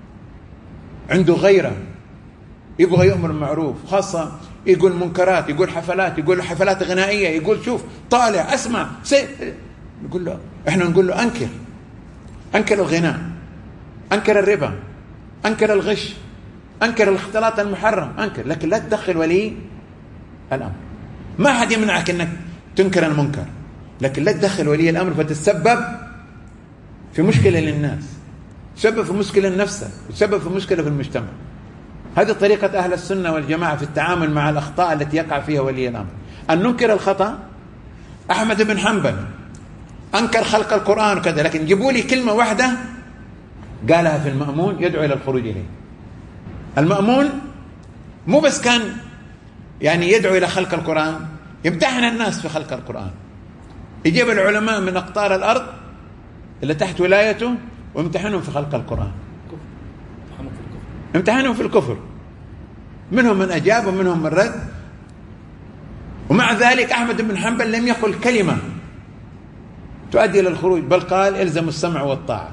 عنده غيرة، يبغى يأمر المعروف، خاصة يقول منكرات، يقول حفلات، يقول حفلات غنائية، يقول شوف طالع أسمع سي... نقول له إحنا نقول له أنكر أنكر الغناء، أنكر الربا، أنكر الغش، أنكر الاختلاط المحرم، أنكر، لكن لا تدخل ولي الأمر. ما حد يمنعك أنك تنكر المنكر، لكن لا تدخل ولي الأمر فتتسبب في مشكلة للناس، تسبب في مشكلة لنفسك، تسبب في مشكلة في المجتمع. هذه طريقة أهل السنة والجماعة في التعامل مع الأخطاء التي يقع فيها ولي الأمر، أن ننكر الخطأ. أحمد بن حنبل أنكر خلق القرآن وكذا، لكن جيبوا لي كلمة واحدة قالها في المأمون يدعو إلى الخروج إليه. المأمون مو بس كان يعني يدعو إلى خلق القرآن، يمتحن الناس في خلق القرآن، يجيب العلماء من أقطار الأرض اللي تحت ولايته ويمتحنهم في خلق القرآن، امتحنهم في الكفر، منهم من أجاب ومنهم من رد. ومع ذلك أحمد بن حنبل لم يقل كلمة تؤدي إلى الخروج، بل قال الزموا السمع والطاعة،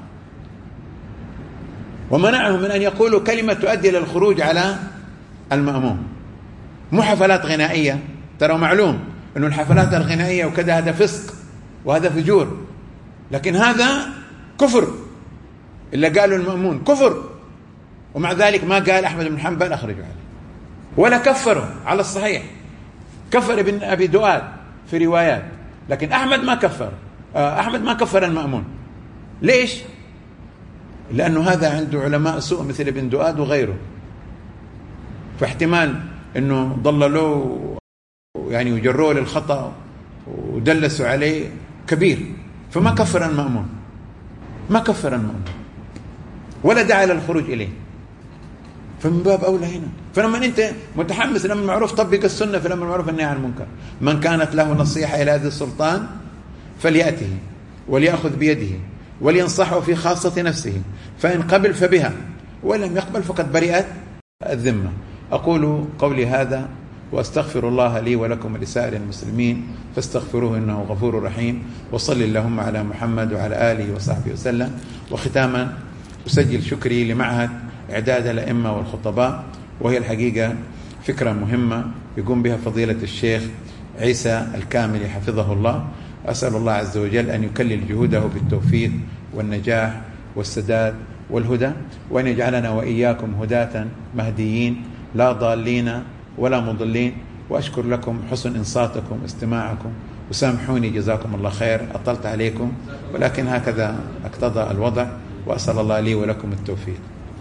ومنعهم من أن يقولوا كلمة تؤدي إلى الخروج على المأموم. مو حفلات غنائية ترى معلوم أنه الحفلات الغنائية وكذا هذا فسق وهذا فجور، لكن هذا كفر اللي قاله المأمون كفر، ومع ذلك ما قال أحمد بن حنبل أخرجوا عليه ولا كفره على الصحيح. كفر ابن أبي دؤاد في روايات، لكن أحمد ما كفر، أحمد ما كفر المأمون. ليش؟ لأنه هذا عنده علماء سوء مثل ابن دؤاد وغيره، فاحتمال أنه ضللوه يعني وجروه للخطأ ودلسوا عليه كبير، فما كفر المأمون، ما كفر المأمون ولا دعا للخروج إليه، فمن باب أولى هنا. فلما أنت متحمس لما المعروف طبق السنة في الأمر المعروف والنهي عن المنكر، من كانت له نصيحة إلى هذا السلطان فليأته وليأخذ بيده ولينصحه في خاصة نفسه، فإن قبل فبها ولم يقبل فقد برئت الذمة. أقول قولي هذا وأستغفر الله لي ولكم ولسائر المسلمين فاستغفروه إنه غفور رحيم، وصل اللهم على محمد وعلى آله وصحبه وسلم. وختاما أسجل شكري لمعهد إعداد الأئمة والخطباء، وهي الحقيقة فكرة مهمة يقوم بها فضيلة الشيخ عيسى الكامل حفظه الله. أسأل الله عز وجل أن يكلل جهوده بالتوفيق والنجاح والسداد والهدى، وأن يجعلنا وإياكم هداة مهديين لا ضالين ولا مضلين. وأشكر لكم حسن إنصاتكم واستماعكم، وسامحوني جزاكم الله خير أطلت عليكم، ولكن هكذا اقتضى الوضع، وأسأل الله لي ولكم التوفيق.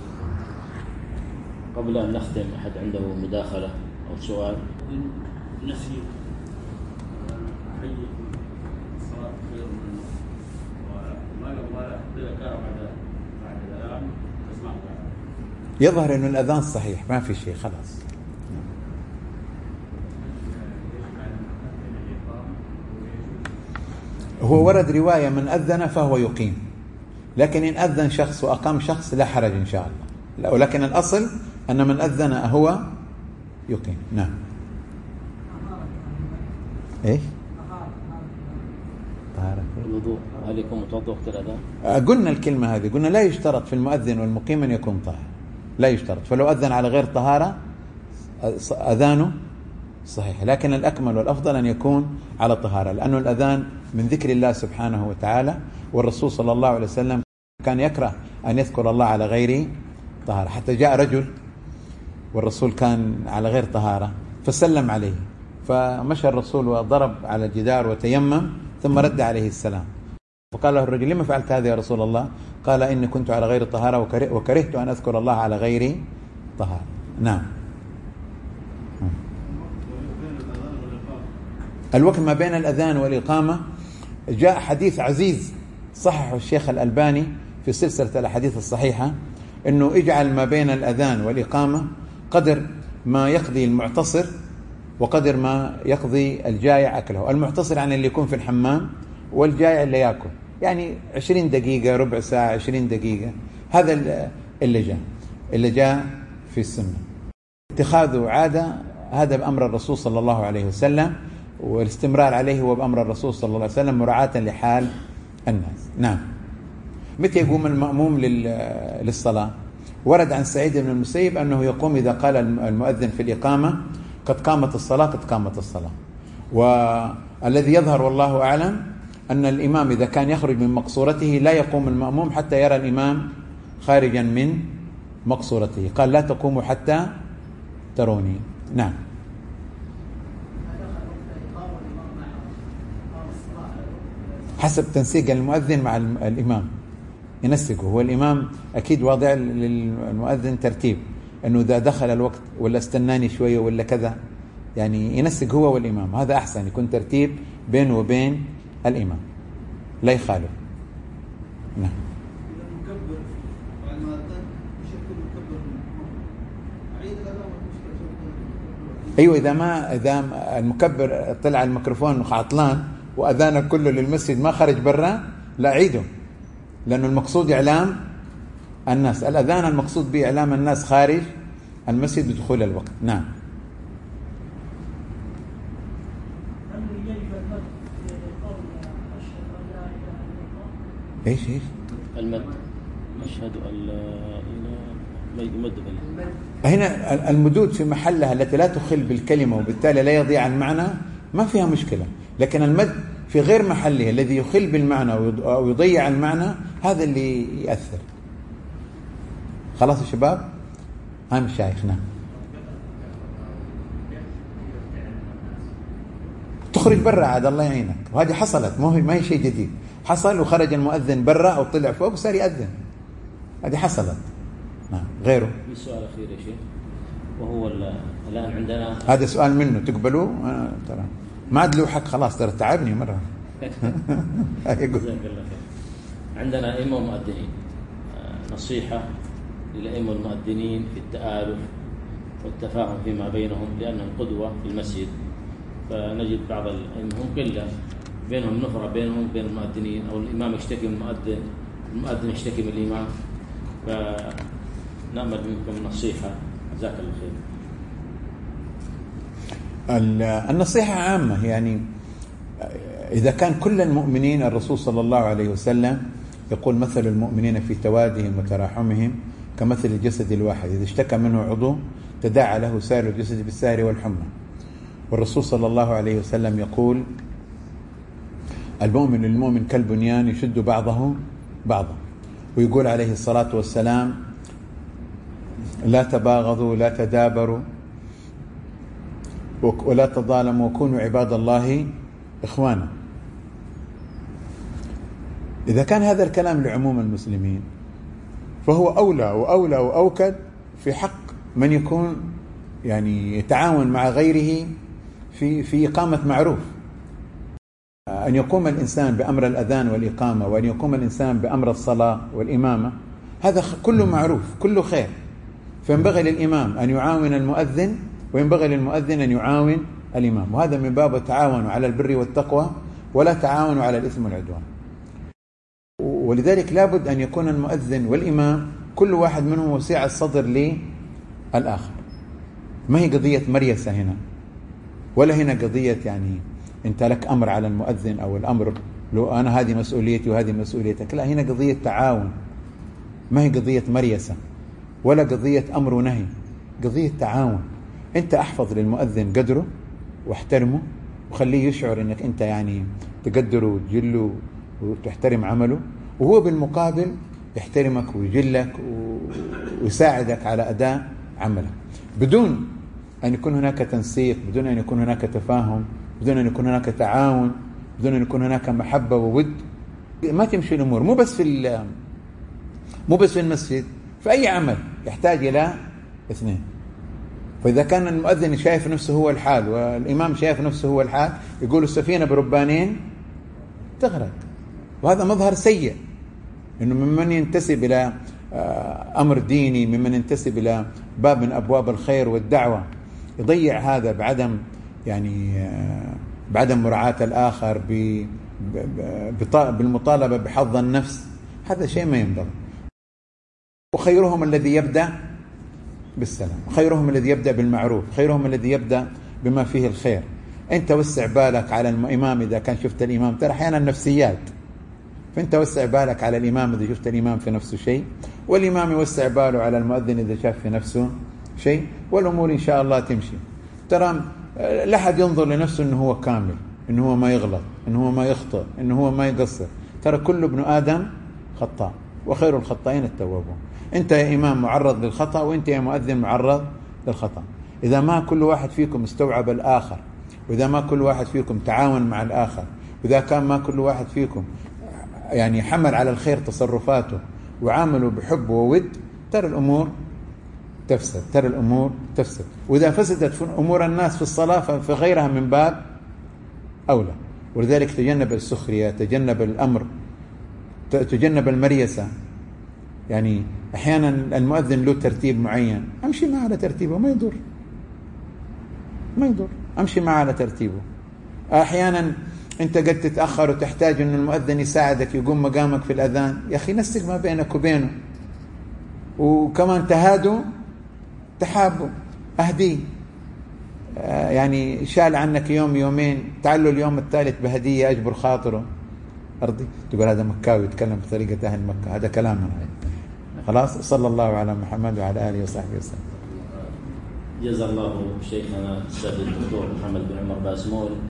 قبل أن نختم، أحد عنده مداخلة أو سؤال؟ نسي حي الصلاة خير من وما لو ذكر بعد بعد الأذان تسمع. يظهر إنه الأذان صحيح ما في شيء خلاص. هو ورد رواية من أذن فهو يقيم، لكن إن أذن شخص وأقام شخص لا حرج إن شاء الله، ولكن الأصل أن من أذن هو يقيم. نعم. إيش؟ طهارة الوضوء، هل يكون متوضئ وقت الأذان؟ قلنا الكلمة هذه، قلنا لا يشترط في المؤذن والمقيم أن يكون طاهر، لا يشترط. فلو أذن على غير طهارة أذانه صحيح، لكن الأكمل والأفضل أن يكون على طهارة، لأنه الأذان من ذكر الله سبحانه وتعالى، والرسول صلى الله عليه وسلم كان يكره أن يذكر الله على غير طهارة. حتى جاء رجل والرسول كان على غير طهارة فسلم عليه، فمشى الرسول وضرب على الجدار وتيمم ثم رد عليه السلام، فقال له الرجل: لما فعلت هذا يا رسول الله؟ قال: إني كنت على غير طهارة وكرهت أن أذكر الله على غير طهارة. نعم. الوقت ما بين الأذان والإقامة جاء حديث عزيز صححه الشيخ الألباني في سلسلة الأحاديث الصحيحة، أنه اجعل ما بين الأذان والإقامة قدر ما يقضي المعتصر وقدر ما يقضي الجائع أكله. المعتصر يعني اللي يكون في الحمام، والجائع اللي يأكل، يعني عشرين دقيقة، ربع ساعة، عشرين دقيقة. هذا اللي جاء اللي جاء في السنة. اتخاذه عادة هذا بأمر الرسول صلى الله عليه وسلم، والاستمرار عليه هو بأمر الرسول صلى الله عليه وسلم مراعاة لحال الناس. نعم. متى يقوم المأموم للصلاة؟ ورد عن سعيد بن المسيب أنه يقوم إذا قال المؤذن في الإقامة: قد قامت الصلاة، قد قامت الصلاة. والذي يظهر والله أعلم أن الإمام إذا كان يخرج من مقصورته لا يقوم المأموم حتى يرى الإمام خارجا من مقصورته، قال: لا تقوموا حتى تروني. نعم. حسب تنسيق المؤذن مع الإمام ينسقه، هو الإمام أكيد واضع للمؤذن ترتيب أنه إذا دخل الوقت ولا استناني شوية ولا كذا، يعني ينسق هو والإمام، هذا أحسن، يكون ترتيب بينه وبين الإمام لا يخالف. نعم. أيوة، إذا ما إذا المكبر طلع الميكروفون عطلان وأذانك كله للمسجد ما خرج برا، لا عيده، لأنه المقصود إعلام الناس. الأذان المقصود به إعلام الناس خارج المسجد بدخول الوقت. نعم. ايش ايش المد؟ أشهد أن لا إله يمد هنا المدود في محلها التي لا تخل بالكلمة وبالتالي لا يضيع المعنى ما فيها مشكلة، لكن المد في غير محله الذي يخل بالمعنى أو يضيع المعنى هذا اللي يأثر. خلاص يا شباب؟ هاي مشايخنا تخرج برا عاد الله يعينك، وهذه حصلت مو ما هي شيء جديد، حصل وخرج المؤذن برا أو طلع فوق وصار يأذن، هذه حصلت. نعم. غيره. في سؤال أخير يا شيخ، وهو الآن عندنا هذا سؤال منه تقبلوه؟ آه ترى ما عاد له حق خلاص، ترى تعبني مرة. عندنا أئمة ومؤذنين، نصيحة للأئمة المؤذنين في التآلف والتفاهم فيما بينهم لأنهم قدوة في المسجد، فنجد بعض الأئمة هم قلة بينهم نفرة بينهم بين المؤذنين، أو الإمام يشتكي من المؤذن، المؤذن يشتكي من الإمام، فنأمل منكم نصيحة. جزاك الله خير. النصيحة عامة، يعني إذا كان كل المؤمنين، الرسول صلى الله عليه وسلم يقول مثل المؤمنين في توادهم وتراحمهم كمثل الجسد الواحد إذا اشتكى منه عضو تداعى له سائر الجسد بالسهر والحمى. والرسول صلى الله عليه وسلم يقول المؤمن للمؤمن كالبنيان يشد بعضه بعضا، ويقول عليه الصلاة والسلام لا تباغضوا لا تدابروا ولا تظالموا وكونوا عباد الله إخوانا. إذا كان هذا الكلام لعموم المسلمين فهو أولى وأولى وأوكد في حق من يكون يعني يتعاون مع غيره في في إقامة معروف. أن يقوم الإنسان بأمر الأذان والإقامة، وأن يقوم الإنسان بأمر الصلاة والإمامة، هذا كله معروف كله خير، فينبغي للإمام أن يعاون المؤذن وينبغي للمؤذن أن يعاون الإمام، وهذا من باب التعاون على البر والتقوى ولا تعاون على الإثم والعدوان. ولذلك لابد أن يكون المؤذن والإمام كل واحد منهم وسيع الصدر للآخر. ما هي قضية مريسة هنا، ولا هنا قضية يعني أنت لك أمر على المؤذن أو الأمر لو أنا هذه مسؤوليتي وهذه مسؤوليتك، لا، هنا قضية تعاون، ما هي قضية مريسة ولا قضية أمر ونهي، قضية تعاون. أنت أحفظ للمؤذن قدره واحترمه وخليه يشعر أنك أنت يعني تقدره وتجله وتحترم عمله، وهو بالمقابل يحترمك ويجلك ويساعدك على أداء عملك، بدون أن يكون هناك تنسيق، بدون أن يكون هناك تفاهم، بدون أن يكون هناك تعاون، بدون أن يكون هناك محبة وود. ما تمشي الأمور. مو بس في مو بس في المسجد، في أي عمل يحتاج إلى اثنين. فإذا كان المؤذن شايف نفسه هو الحال والإمام شايف نفسه هو الحال، يقول السفينة بربانين تغرق، وهذا مظهر سيء، إنه ممن ينتسب إلى أمر ديني، ممن ينتسب إلى باب من أبواب الخير والدعوة، يضيع هذا بعدم يعني بعدم مراعاة الآخر، بالمطالبة بحظ النفس، هذا شيء ما ينبغي. وخيرهم الذي يبدأ بالسلام، خيرهم الذي يبدأ بالمعروف، خيرهم الذي يبدأ بما فيه الخير. أنت وسع بالك على الإمام إذا كان شفت الإمام، ترى أحيانا النفسيات، فأنت وسع بالك على الإمام إذا شفت الإمام في نفسه شيء، والإمام يوسع باله على المؤذن إذا شاف في نفسه شيء، والأمور إن شاء الله تمشي. ترى لا أحد ينظر لنفسه إنه هو كامل، إنه هو ما يغلط، إنه هو ما يخطئ، إنه هو ما يقصر. ترى كل ابن آدم خطاء وخير الخطائين التوابون. أنت يا إمام معرض للخطأ، وأنت يا مؤذن معرض للخطأ. إذا ما كل واحد فيكم استوعب الآخر، وإذا ما كل واحد فيكم تعاون مع الآخر، وإذا كان ما كل واحد فيكم يعني حمل على الخير تصرفاته وعامله بحب وود، ترى الأمور تفسد، ترى الأمور تفسد. وإذا فسدت أمور الناس في الصلاة فغيرها من باب أولى. ولذلك تجنب السخرية، تجنب الأمر، تجنب المريسة. يعني أحيانا المؤذن له ترتيب معين، أمشي معه على ترتيبه، ما يضر ما يضر أمشي معه على ترتيبه. أحيانا أنت قد تتأخر وتحتاج أن المؤذن يساعدك، يقوم مقامك في الأذان، يا أخي نسق ما بينك وبينه، وكمان تهادوا تحابوا، أهديه. آه يعني شال عنك يوم يومين، تعالوا اليوم الثالث بهدية أجبر خاطره أرضي. تقول هذا مكاوي يتكلم بطريقة أهل مكة، هذا كلامنا. خلاص. صلى الله على محمد وعلى آله وصحبه وسلم. جزا الله شيخنا السيد الدكتور محمد بن عمر باسمول